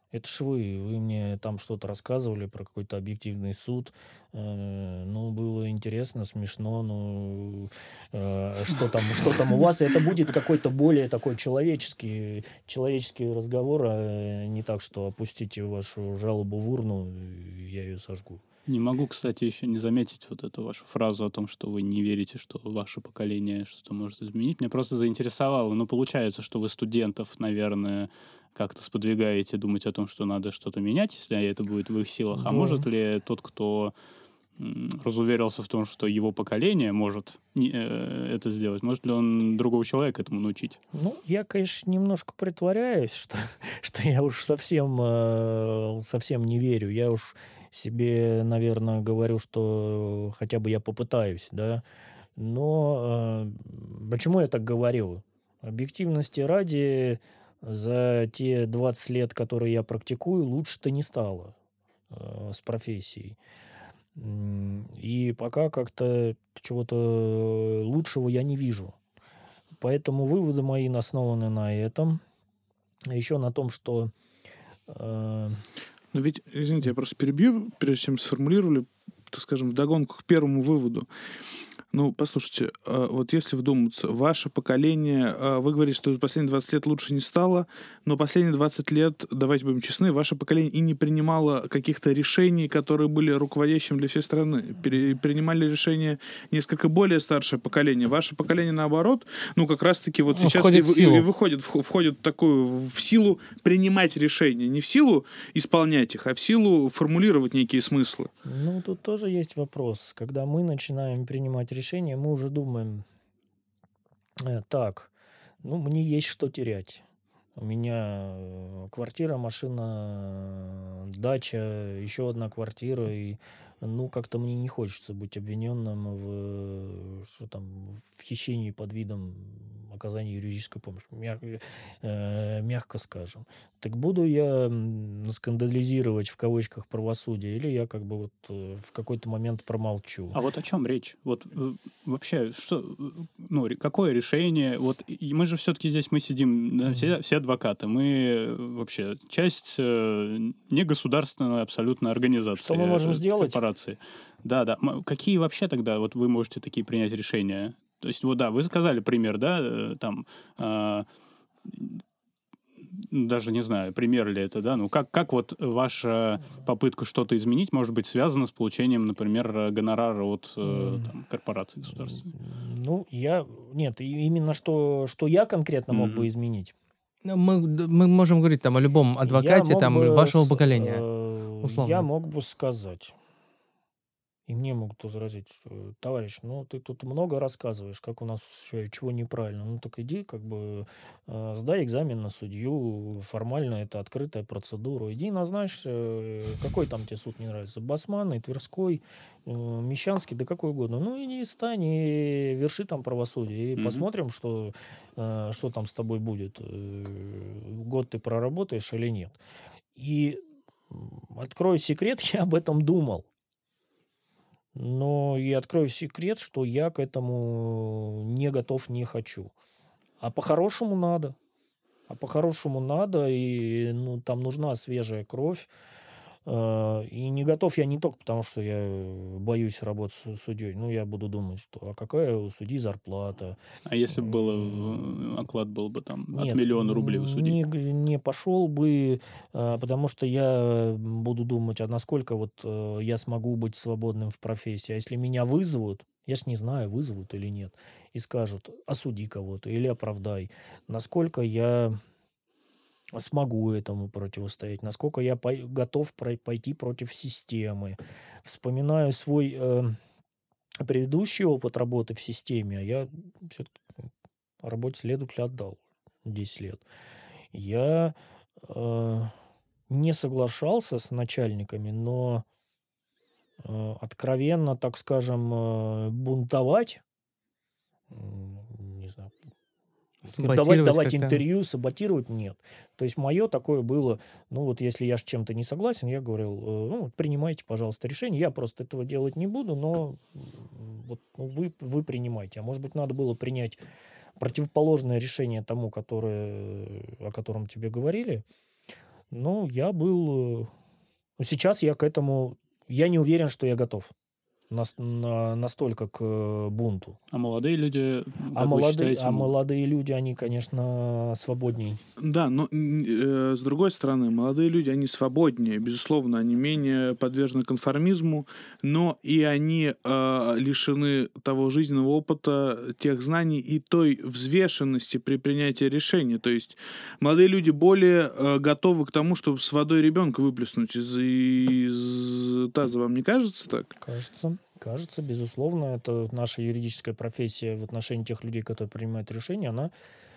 Это ж вы мне там что-то рассказывали про какой-то объективный суд. Ну, было интересно, смешно, ну, что там у вас? Это будет какой-то более такой человеческий разговор, а не так, что опустите вашу жалобу в урну, и я ее сожгу. Не могу, кстати, еще не заметить вот эту вашу фразу о том, что вы не верите, что ваше поколение что-то может изменить. Меня просто заинтересовало. Ну, получается, что вы студентов, наверное, как-то сподвигаете думать о том, что надо что-то менять, если это будет в их силах. А Да. может ли тот, кто разуверился в том, что его поколение может это сделать, может ли он другого человека этому научить? Ну, я, конечно, немножко притворяюсь, что я уж совсем не верю. Я уж себе, наверное, говорю, что хотя бы я попытаюсь, да. Но почему я так говорю? Объективности ради, за те 20 лет, которые я практикую, лучше-то не стало с профессией. И пока как-то чего-то лучшего я не вижу. Поэтому выводы мои основаны на этом. Еще на том, что... Но ведь, извините, я просто перебью, прежде чем сформулировали, так скажем, вдогонку к первому выводу. Ну, послушайте, вот если вдуматься, ваше поколение, вы говорите, что за последние 20 лет лучше не стало, но последние 20 лет, давайте будем честны, ваше поколение и не принимало каких-то решений, которые были руководящим для всей страны. Принимали решения несколько более старшее поколение. Ваше поколение, наоборот, ну, как раз-таки вот сейчас входит в такую, в силу принимать решения. Не в силу исполнять их, а в силу формулировать некие смыслы. Ну, тут тоже есть вопрос. Когда мы начинаем принимать решения, мы уже думаем, так, ну, мне есть что терять. У меня квартира, машина, дача, еще одна квартира, и ну, как-то мне не хочется быть обвиненным в хищении под видом оказания юридической помощи, мягко скажем. Так буду я скандализировать в кавычках правосудие, или я как бы вот в какой-то момент промолчу? А вот о чем речь? Вот вообще, что, ну, какое решение? Вот и мы же все-таки здесь мы сидим, да, все адвокаты, мы вообще часть негосударственной абсолютно организации. Что мы можем сделать? Корпорации. Да. Какие вообще тогда вот вы можете такие принять решения? То есть, вот да, вы сказали пример, да, там... даже не знаю, пример ли это, да, ну как вот ваша попытка что-то изменить может быть связана с получением, например, гонорара от там, корпорации государственной? Ну, нет, именно что я конкретно мог бы изменить. Мы можем говорить там о любом адвокате там вашего поколения, условно. Я мог бы сказать, и мне могут возразить, товарищ, ну ты тут много рассказываешь, как у нас чего неправильно. Ну так иди, как бы сдай экзамен на судью, формально это открытая процедура. Иди назначь, какой там тебе суд не нравится, Басманный, Тверской, Мещанский, да какой угодно. Ну иди стань и верши там правосудие, и посмотрим, что там с тобой будет. Год ты проработаешь или нет. И открою секрет, я об этом думал. Но и открою секрет, что я к этому не готов, не хочу. А по-хорошему надо. И ну, там нужна свежая кровь. И не готов я не только потому, что я боюсь работать с судьей. Ну, я буду думать, что а какая у судьи зарплата? А если бы оклад был бы там от миллиона рублей у судей? Не пошел бы, потому что я буду думать, а насколько вот я смогу быть свободным в профессии. А если меня вызовут, я ж не знаю, вызовут или нет, и скажут, осуди кого-то или оправдай, насколько я смогу этому противостоять, насколько я готов пойти против системы. Вспоминаю свой предыдущий опыт работы в системе, а я все-таки работе следователя отдал 10 лет. Я не соглашался с начальниками, но откровенно, так скажем, бунтовать, не знаю, давать интервью, саботировать нет. То есть мое такое было, ну вот если я с чем-то не согласен, я говорил, ну принимайте, пожалуйста, решение, я просто этого делать не буду, но вот, ну, вы принимайте. А может быть, надо было принять противоположное решение тому, о котором тебе говорили. Ну, я был... Сейчас я к этому... Я не уверен, что я готов настолько к бунту. А молодые люди, как вы считаете, могут? Молодые люди, они, конечно, свободнее. Да, но с другой стороны, молодые люди, они свободнее, безусловно, они менее подвержены конформизму, но и они лишены того жизненного опыта, тех знаний и той взвешенности при принятии решений. То есть молодые люди более готовы к тому, чтобы с водой ребенка выплеснуть из таза. Вам не кажется так? Кажется, безусловно, это наша юридическая профессия в отношении тех людей, которые принимают решения, она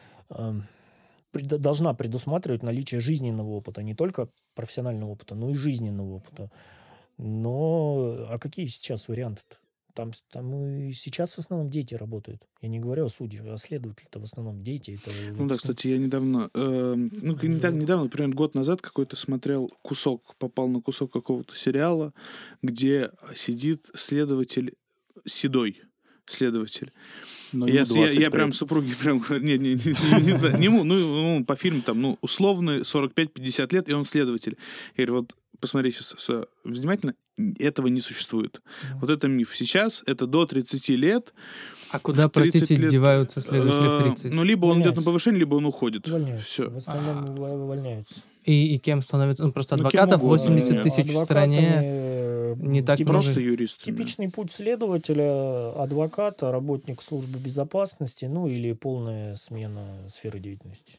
должна предусматривать наличие жизненного опыта, не только профессионального опыта, но и жизненного опыта. Но а какие сейчас варианты-то? Там и сейчас в основном дети работают. Я не говорю о судьях, а следователи-то в основном дети. Ну да, кстати, я недавно, не так недавно, примерно год назад какой-то смотрел попал на кусок какого-то сериала, где сидит следователь, седой следователь. Ну, Я прям супруге прям говорю, не ему, ну, по фильму там, условно 45-50 лет, и он следователь. Я говорю, вот посмотри сейчас все внимательно, этого не существует. Вот это миф. Сейчас это до 30 лет. А куда, простите, деваются следователи в 30? Ну, либо он идет на повышение, либо он уходит. Все. В основном увольняются. И кем становится? Ну, просто адвокатов 80 тысяч в стране не так много. Просто юрист. Типичный путь следователя, адвоката, работник службы безопасности, ну или полная смена сферы деятельности.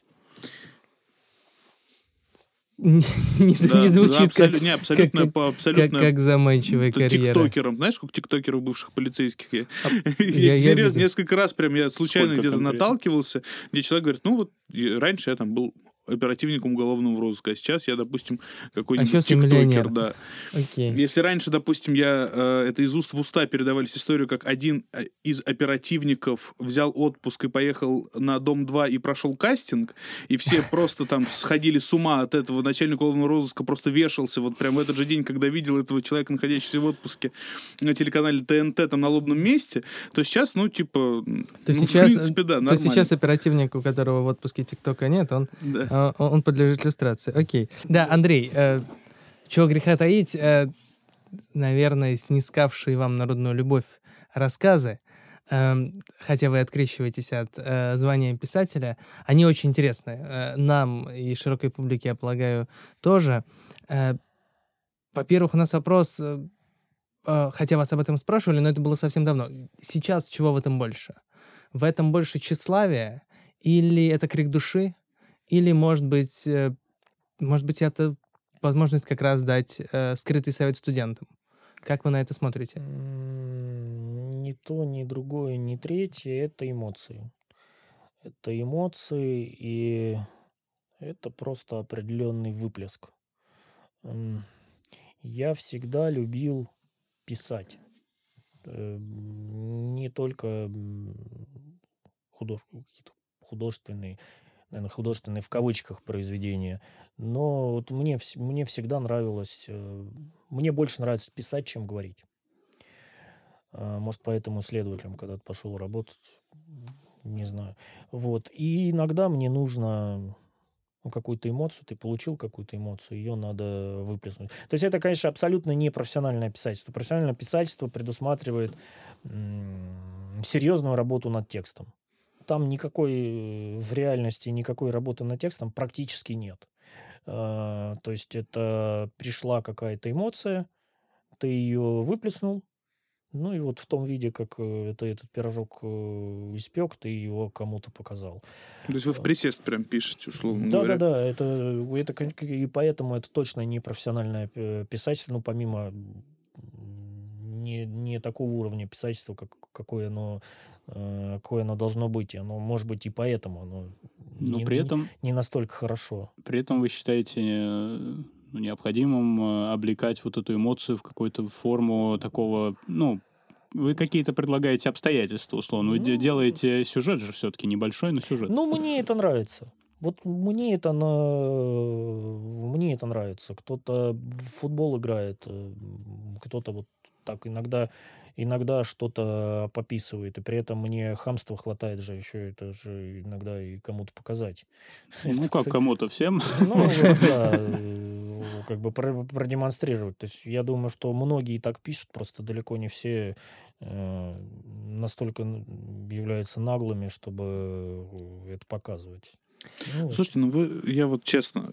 Не звучит как заманчивая карьера. Тиктокером. Знаешь, сколько тиктокеров бывших полицейских? Я серьезно, несколько раз прям я случайно где-то наталкивался, где человек говорит, ну вот раньше я там был оперативником уголовного розыска, а сейчас я, допустим, какой-нибудь тиктокер, да. Если раньше, допустим, это из уст в уста передавались историю, как один из оперативников взял отпуск и поехал на Дом-2 и прошел кастинг, и все просто там сходили с ума от этого, начальник уголовного розыска просто вешался вот прям в этот же день, когда видел этого человека, находящегося в отпуске на телеканале ТНТ там на лобном месте, то сейчас, в принципе, да, нормально. То сейчас оперативник, у которого в отпуске ТикТока нет, он подлежит люстрации. Окей. Да, Андрей, чего греха таить, наверное, снискавшие вам народную любовь рассказы, хотя вы открещиваетесь от звания писателя, они очень интересны. Нам и широкой публике, я полагаю, тоже. Во-первых, у нас вопрос, хотя вас об этом спрашивали, но это было совсем давно. Сейчас чего в этом больше? В этом больше тщеславия? Или это крик души? Или, может быть, это возможность как раз дать скрытый совет студентам? Как вы на это смотрите? Ни то, ни другое, ни третье — это эмоции. Это эмоции, и это просто определенный выплеск. Я всегда любил писать. Не только художественные, наверное, художественные в кавычках произведения, но вот мне всегда нравилось, мне больше нравится писать, чем говорить. Может, поэтому следователем когда-то пошел работать, не знаю. Вот. И иногда мне нужно какую-то эмоцию, ты получил какую-то эмоцию, ее надо выплеснуть. То есть это, конечно, абсолютно не профессиональное писательство. Профессиональное писательство предусматривает серьезную работу над текстом. Там в реальности никакой работы над текстом практически нет. То есть это пришла какая-то эмоция, ты ее выплеснул, ну и вот в том виде, как ты этот пирожок испек, ты его кому-то показал. То есть вы в присест прям пишете, условно говоря? Да, это и поэтому это точно не профессиональное писательство, помимо не такого уровня писательства, какое оно должно быть. Оно может быть и поэтому оно не настолько хорошо. При этом вы считаете необходимым облекать вот эту эмоцию в какую-то форму такого, вы какие-то предлагаете обстоятельства, условно. Вы делаете сюжет же все-таки небольшой, но сюжет. Мне это нравится. Вот мне это нравится. Кто-то в футбол играет, кто-то вот так иногда что-то пописывает, и при этом мне хамства хватает же еще это же иногда и кому-то показать. Ну, Это, как кому-то, всем. ну, вот, да, как бы продемонстрировать. То есть я думаю, что многие так пишут, просто далеко не все настолько являются наглыми, чтобы это показывать. Ну, вот. Слушайте, я вот честно,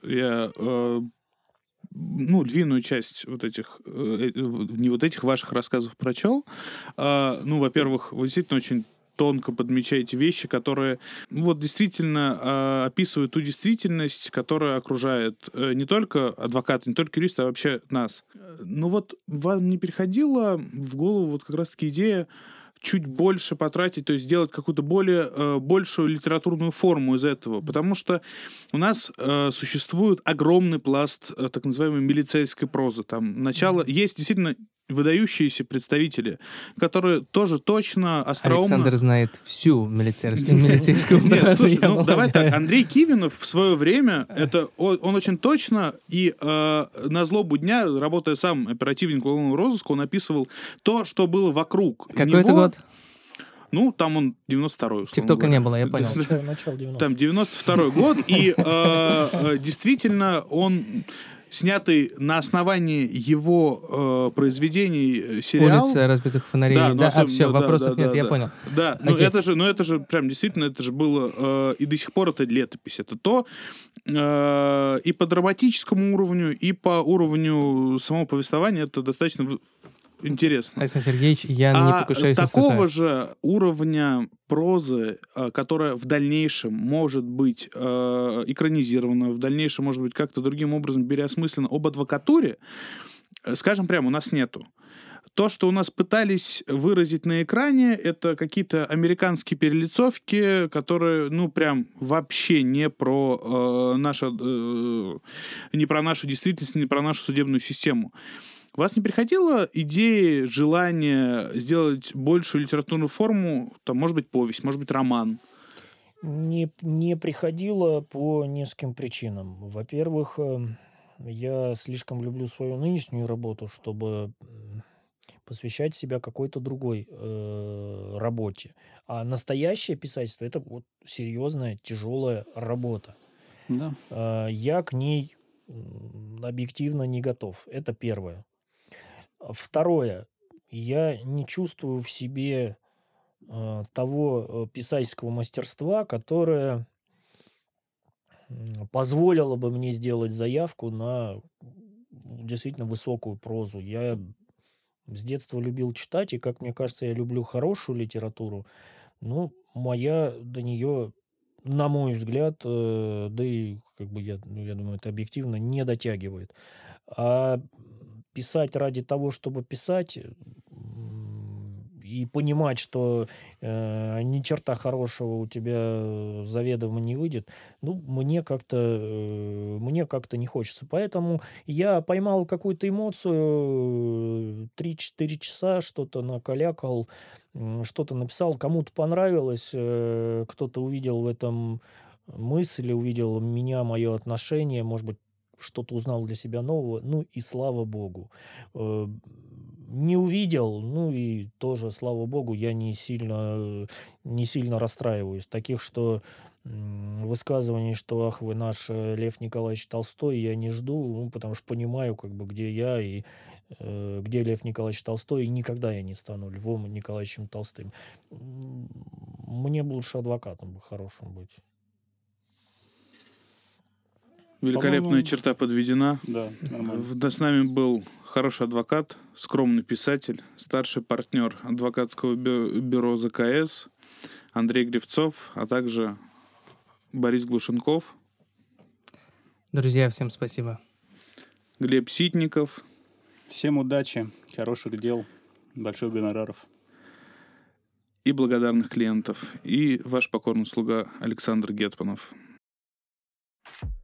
львиную часть вот этих, не вот этих ваших рассказов прочел. Во-первых, вы действительно очень тонко подмечаете вещи, которые вот действительно описывают ту действительность, которая окружает не только адвоката, не только юриста, а вообще нас. Но вот вам не приходила в голову вот как раз-таки идея чуть больше потратить, то есть сделать какую-то большую литературную форму из этого, потому что у нас существует огромный пласт так называемой милицейской прозы. Там есть действительно выдающиеся представители, которые тоже точно, остроумно... Александр знает всю милицейскую Нет, прозу. слушай, давай так, Андрей Кивинов в свое время, он очень точно и на злобу дня, работая сам оперативником уголовного розыска, он описывал то, что было вокруг. Какой это год? Ну, там он 92-й. ТикТока не было, я понял. Начало 90-х. Там 92-й год, и действительно он... снятый на основании его произведений сериал. «Улица разбитых фонарей». Все, вопросов нет, я понял. Да, это же прям действительно, это же было, и до сих пор это летопись. Это то, и по драматическому уровню, и по уровню самого повествования это достаточно интересно. Александр Сергеевич, я не покушаюсь на святая. Такого же уровня прозы, которая в дальнейшем может быть экранизирована, в дальнейшем может быть как-то другим образом переосмыслена об адвокатуре, скажем прямо, у нас нету. То, что у нас пытались выразить на экране, это какие-то американские перелицовки, которые, прям вообще не про нашу действительность, не про нашу судебную систему. У вас не приходила идея, желание сделать большую литературную форму, там, может быть, повесть, может быть, роман? Не приходило по нескольким причинам. Во-первых, я слишком люблю свою нынешнюю работу, чтобы посвящать себя какой-то другой работе. А настоящее писательство — это вот серьезная, тяжелая работа. Да. Я к ней объективно не готов. Это первое. Второе. Я не чувствую в себе того писательского мастерства, которое позволило бы мне сделать заявку на действительно высокую прозу. Я с детства любил читать, и, как мне кажется, я люблю хорошую литературу. Моя до нее, на мой взгляд, да и, я думаю, это объективно, не дотягивает. А писать ради того, чтобы писать, и понимать, что ни черта хорошего у тебя заведомо не выйдет, мне как-то не хочется. Поэтому я поймал какую-то эмоцию, 3-4 часа что-то накалякал, что-то написал, кому-то понравилось, кто-то увидел в этом мысль, увидел меня, мое отношение, может быть, что-то узнал для себя нового, и слава богу. Не увидел, и тоже, слава богу, я не сильно расстраиваюсь. Таких, что высказываний, что «ах, вы наш Лев Николаевич Толстой», я не жду, потому что понимаю, где я и где Лев Николаевич Толстой, и никогда я не стану Львом Николаевичем Толстым. Мне бы лучше адвокатом бы хорошим быть. Великолепная черта подведена. Да, нормально. С нами был хороший адвокат, скромный писатель, старший партнер адвокатского бюро ЗКС Андрей Гривцов, а также Борис Глушенков. Друзья, всем спасибо. Глеб Ситников. Всем удачи, хороших дел, больших гонораров. И благодарных клиентов. И ваш покорный слуга Александр Гетманов.